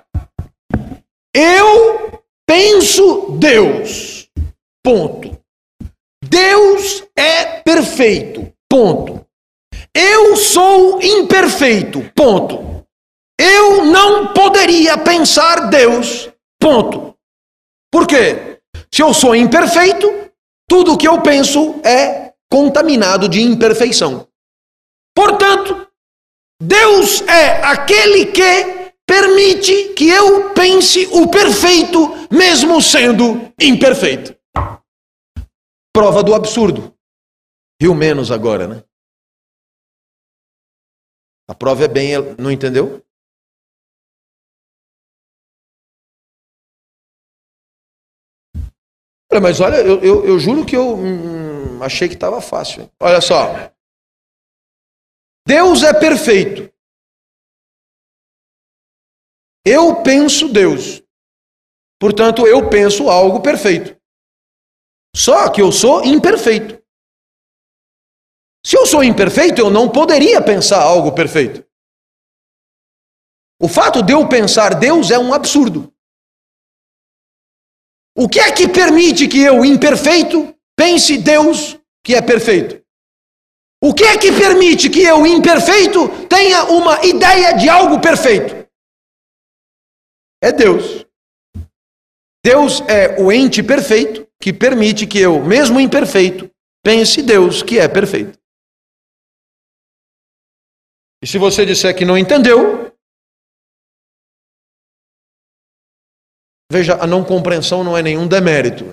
Eu penso Deus, ponto. Deus é perfeito, ponto. Eu sou imperfeito, ponto. Eu não poderia pensar Deus, ponto. Por quê? Se eu sou imperfeito, tudo o que eu penso é contaminado de imperfeição. Portanto, Deus é aquele que permite que eu pense o perfeito, mesmo sendo imperfeito. Prova do absurdo. Riu menos agora, né? A prova é bem... Não entendeu? Mas olha, eu juro que eu achei que estava fácil. Olha só. Deus é perfeito. Eu penso Deus. Portanto, eu penso algo perfeito. Só que eu sou imperfeito. Se eu sou imperfeito, eu não poderia pensar algo perfeito. O fato de eu pensar Deus é um absurdo. O que é que permite que eu, imperfeito, pense Deus que é perfeito? O que é que permite que eu, imperfeito, tenha uma ideia de algo perfeito? É Deus. Deus é o ente perfeito que permite que eu, mesmo imperfeito, pense Deus que é perfeito. E se você disser que não entendeu, veja, a não compreensão não é nenhum demérito.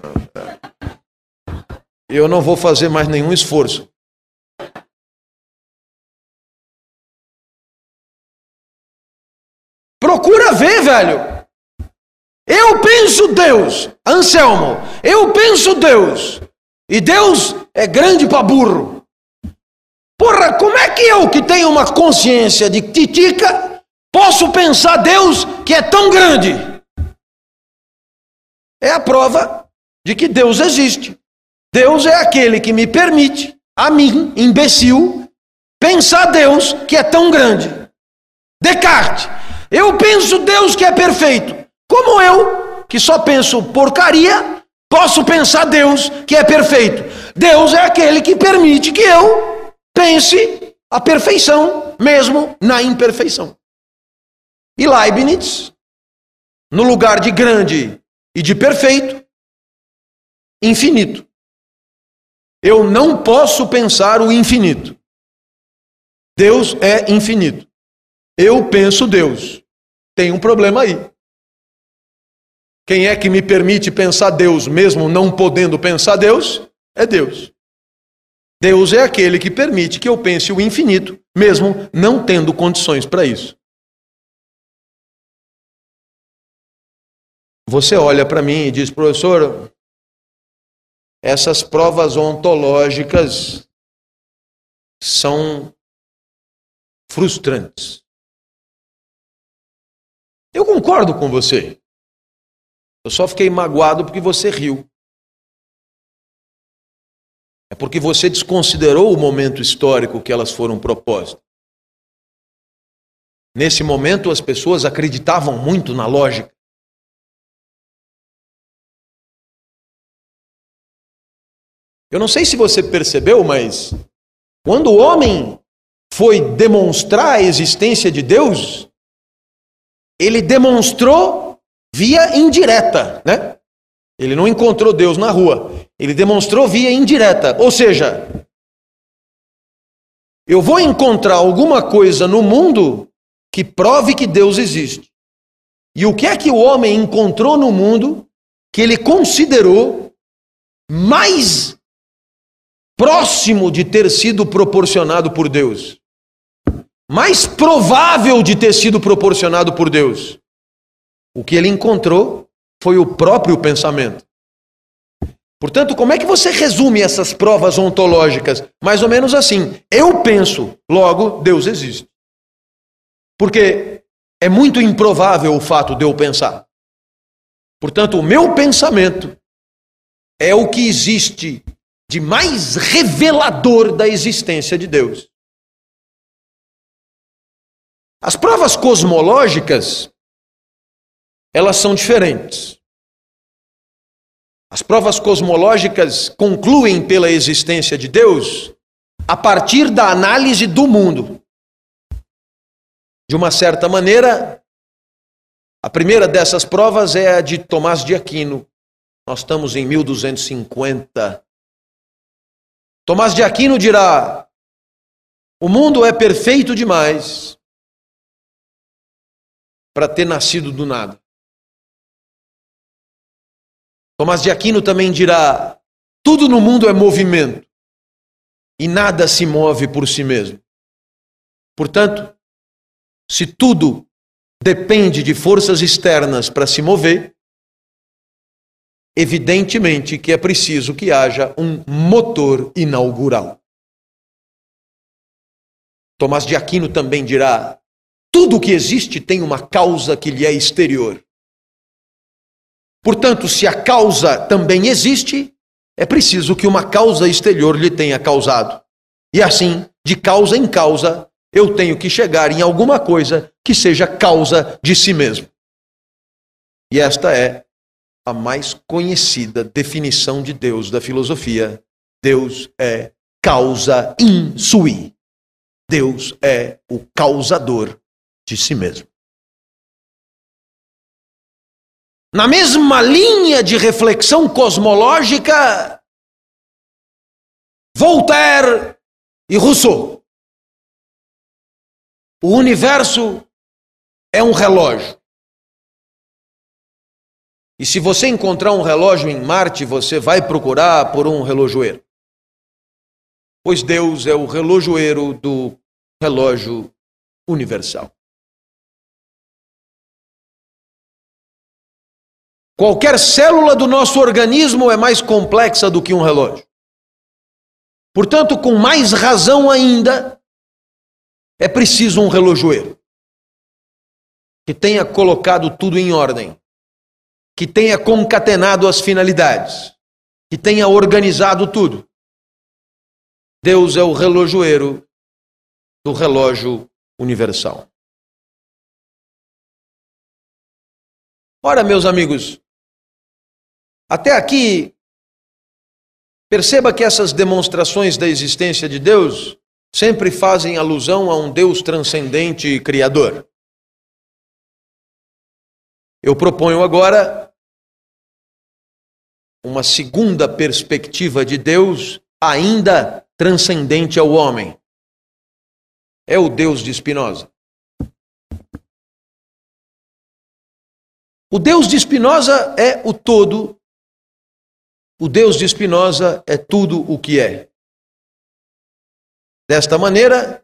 Eu não vou fazer mais nenhum esforço. Procura ver, velho. Eu penso Deus, Anselmo, eu penso Deus. E Deus é grande para burro. Porra, como é que eu, que tenho uma consciência de titica, posso pensar Deus que é tão grande? É a prova de que Deus existe. Deus é aquele que me permite, a mim, imbecil, pensar Deus que é tão grande. Descartes, eu penso Deus que é perfeito. Como eu, que só penso porcaria, posso pensar Deus que é perfeito? Deus é aquele que permite que eu pense a perfeição, mesmo na imperfeição. E Leibniz, no lugar de grande e de perfeito, infinito. Eu não posso pensar o infinito. Deus é infinito. Eu penso Deus. Tem um problema aí. Quem é que me permite pensar Deus, mesmo não podendo pensar Deus? É Deus. Deus é aquele que permite que eu pense o infinito, mesmo não tendo condições para isso. Você olha para mim e diz, professor, essas provas ontológicas são frustrantes. Eu concordo com você. Eu só fiquei magoado porque você riu. É porque você desconsiderou o momento histórico que elas foram propostas. Nesse momento, as pessoas acreditavam muito na lógica. Eu não sei se você percebeu, mas quando o homem foi demonstrar a existência de Deus, ele demonstrou via indireta, né? Ele não encontrou Deus na rua. Ele demonstrou via indireta. Ou seja, eu vou encontrar alguma coisa no mundo que prove que Deus existe. E o que é que o homem encontrou no mundo que ele considerou mais próximo de ter sido proporcionado por Deus? Mais provável de ter sido proporcionado por Deus? O que ele encontrou foi o próprio pensamento. Portanto, como é que você resume essas provas ontológicas? Mais ou menos assim. Eu penso, logo Deus existe. Porque é muito improvável o fato de eu pensar. Portanto, o meu pensamento é o que existe de mais revelador da existência de Deus. As provas cosmológicas, elas são diferentes. As provas cosmológicas concluem pela existência de Deus a partir da análise do mundo. De uma certa maneira, a primeira dessas provas é a de Tomás de Aquino. Nós estamos em 1250. Tomás de Aquino dirá: o mundo é perfeito demais para ter nascido do nada. Tomás de Aquino também dirá: tudo no mundo é movimento e nada se move por si mesmo. Portanto, se tudo depende de forças externas para se mover, evidentemente que é preciso que haja um motor inaugural. Tomás de Aquino também dirá: tudo que existe tem uma causa que lhe é exterior. Portanto, se a causa também existe, é preciso que uma causa exterior lhe tenha causado. E assim, de causa em causa, eu tenho que chegar em alguma coisa que seja causa de si mesmo. E esta é a mais conhecida definição de Deus da filosofia. Deus é causa in sui. Deus é o causador de si mesmo. Na mesma linha de reflexão cosmológica, Voltaire e Rousseau. O universo é um relógio. E se você encontrar um relógio em Marte, você vai procurar por um relojoeiro. Pois Deus é o relojoeiro do relógio universal. Qualquer célula do nosso organismo é mais complexa do que um relógio. Portanto, com mais razão ainda, é preciso um relojoeiro que tenha colocado tudo em ordem, que tenha concatenado as finalidades, que tenha organizado tudo. Deus é o relojoeiro do relógio universal. Ora, meus amigos, até aqui, perceba que essas demonstrações da existência de Deus sempre fazem alusão a um Deus transcendente e criador. Eu proponho agora uma segunda perspectiva de Deus ainda transcendente ao homem. É o Deus de Spinoza. O Deus de Spinoza é o todo. O Deus de Spinoza é tudo o que é. Desta maneira,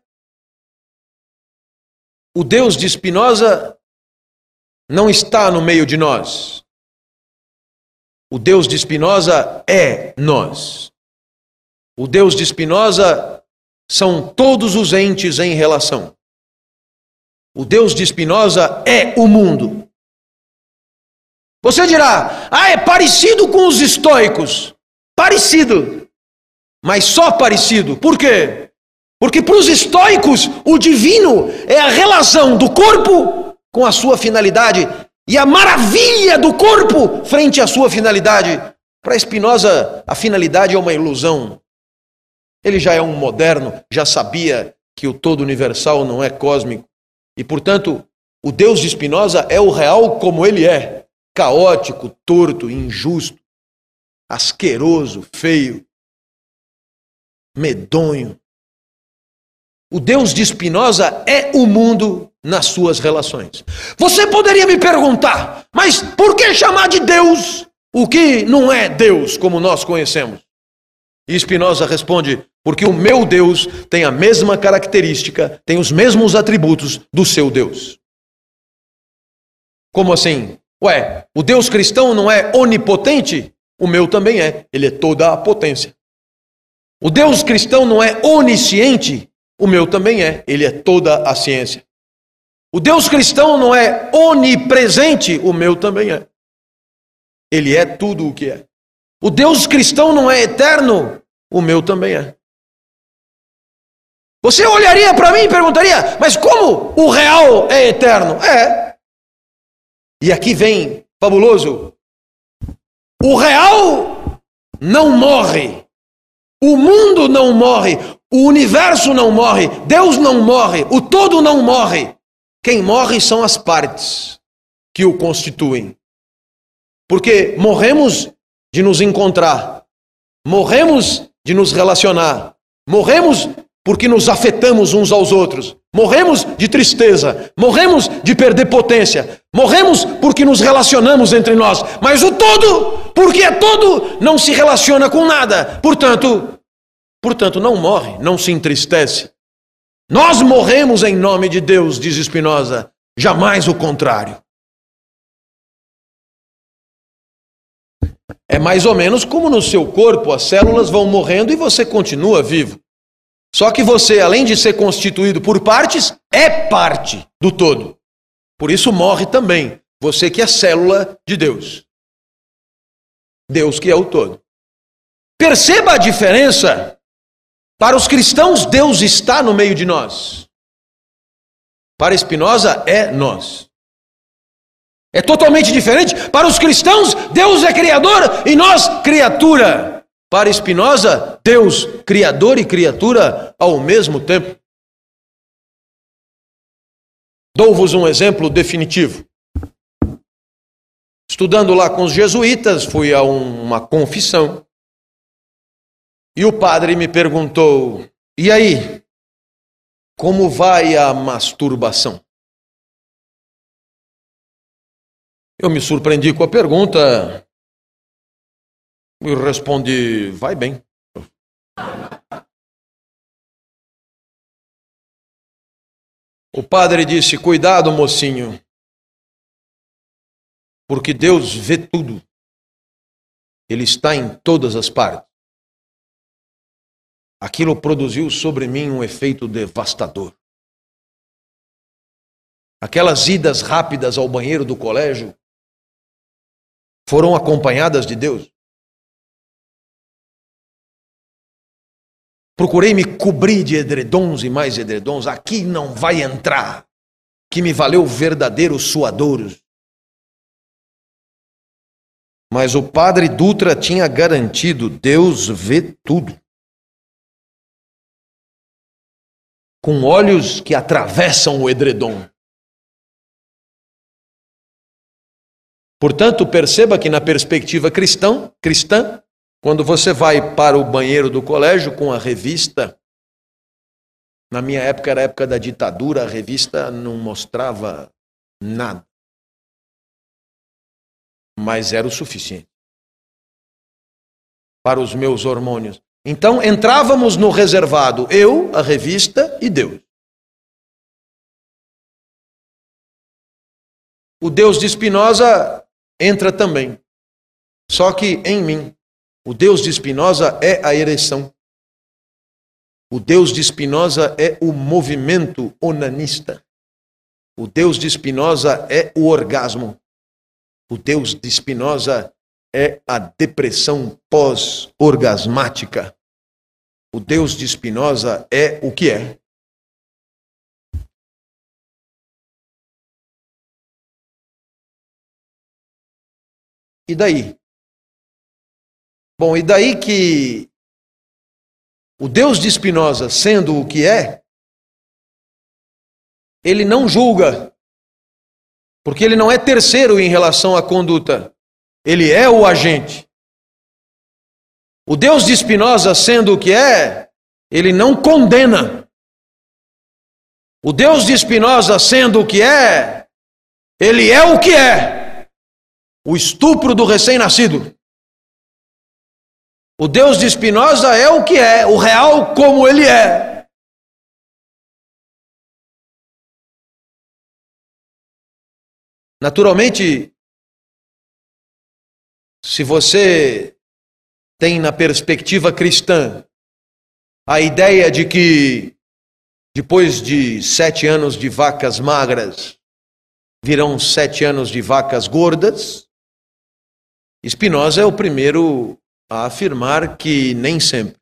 o Deus de Spinoza não está no meio de nós. O Deus de Spinoza é nós. O Deus de Spinoza são todos os entes em relação. O Deus de Spinoza é o mundo. Você dirá: é parecido com os estoicos. Parecido, mas só parecido. Por quê? Porque para os estoicos o divino é a relação do corpo com a sua finalidade e a maravilha do corpo frente à sua finalidade. Para Spinoza, a finalidade é uma ilusão. Ele já é um moderno, já sabia que o todo universal não é cósmico. E, portanto, o Deus de Spinoza é o real como ele é. Caótico, torto, injusto, asqueroso, feio, medonho. O Deus de Spinoza é o mundo nas suas relações. Você poderia me perguntar: mas por que chamar de Deus o que não é Deus como nós conhecemos? E Spinoza responde: porque o meu Deus tem a mesma característica, tem os mesmos atributos do seu Deus. Como assim? Ué, o Deus cristão não é onipotente? O meu também é. Ele é toda a potência. O Deus cristão não é onisciente? O meu também é. Ele é toda a ciência. O Deus cristão não é onipresente? O meu também é. Ele é tudo o que é. O Deus cristão não é eterno? O meu também é. Você olharia para mim e perguntaria: mas como o real é eterno? É. E aqui vem fabuloso. O real não morre. O mundo não morre. O universo não morre. Deus não morre. O todo não morre. Quem morre são as partes que o constituem. Porque morremos de nos encontrar. Morremos de nos relacionar. Morremos porque nos afetamos uns aos outros. Morremos de tristeza. Morremos de perder potência. Morremos porque nos relacionamos entre nós. Mas o todo, porque é todo, não se relaciona com nada. Portanto, não morre, não se entristece. Nós morremos em nome de Deus, diz Spinoza, jamais o contrário. É mais ou menos como no seu corpo, as células vão morrendo e você continua vivo. Só que você, além de ser constituído por partes, é parte do todo. Por isso morre também, você que é célula de Deus. Deus que é o todo. Perceba a diferença. Para os cristãos, Deus está no meio de nós. Para Spinoza, é nós. É totalmente diferente. Para os cristãos, Deus é criador e nós, criatura. Para Spinoza, Deus, criador e criatura ao mesmo tempo. Dou-vos um exemplo definitivo. Estudando lá com os jesuítas, fui a uma confissão. E o padre me perguntou, e aí, como vai a masturbação? Eu me surpreendi com a pergunta e respondi, vai bem. O padre disse, cuidado, mocinho, porque Deus vê tudo. Ele está em todas as partes. Aquilo produziu sobre mim um efeito devastador. Aquelas idas rápidas ao banheiro do colégio foram acompanhadas de Deus. Procurei me cobrir de edredons e mais edredons. Aqui não vai entrar. Que me valeu verdadeiros suadouros. Mas o padre Dutra tinha garantido, Deus vê tudo. Com olhos que atravessam o edredom. Portanto, perceba que na perspectiva cristã, quando você vai para o banheiro do colégio com a revista, na minha época era a época da ditadura, a revista não mostrava nada. Mas era o suficiente para os meus hormônios. Então entrávamos no reservado, eu, a revista e Deus. O Deus de Spinoza entra também. Só que em mim, o Deus de Spinoza é a ereção. O Deus de Spinoza é o movimento onanista. O Deus de Spinoza é o orgasmo. O Deus de Spinoza é a depressão pós-orgasmática. O Deus de Spinoza é o que é. E daí? Bom, e daí que o Deus de Spinoza, sendo o que é, ele não julga, porque ele não é terceiro em relação à conduta, ele é o agente. O Deus de Spinoza, sendo o que é, ele não condena. O Deus de Spinoza, sendo o que é, ele é o que é. O estupro do recém-nascido. O Deus de Spinoza é o que é, o real como ele é. Naturalmente, se você tem na perspectiva cristã a ideia de que depois de 7 anos de vacas magras virão 7 anos de vacas gordas, Spinoza é o primeiro a afirmar que nem sempre.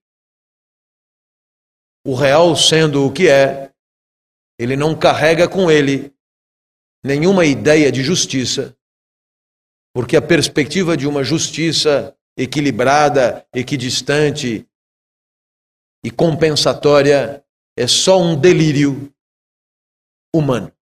O real sendo o que é, ele não carrega com ele nenhuma ideia de justiça, porque a perspectiva de uma justiça equilibrada, equidistante e compensatória é só um delírio humano.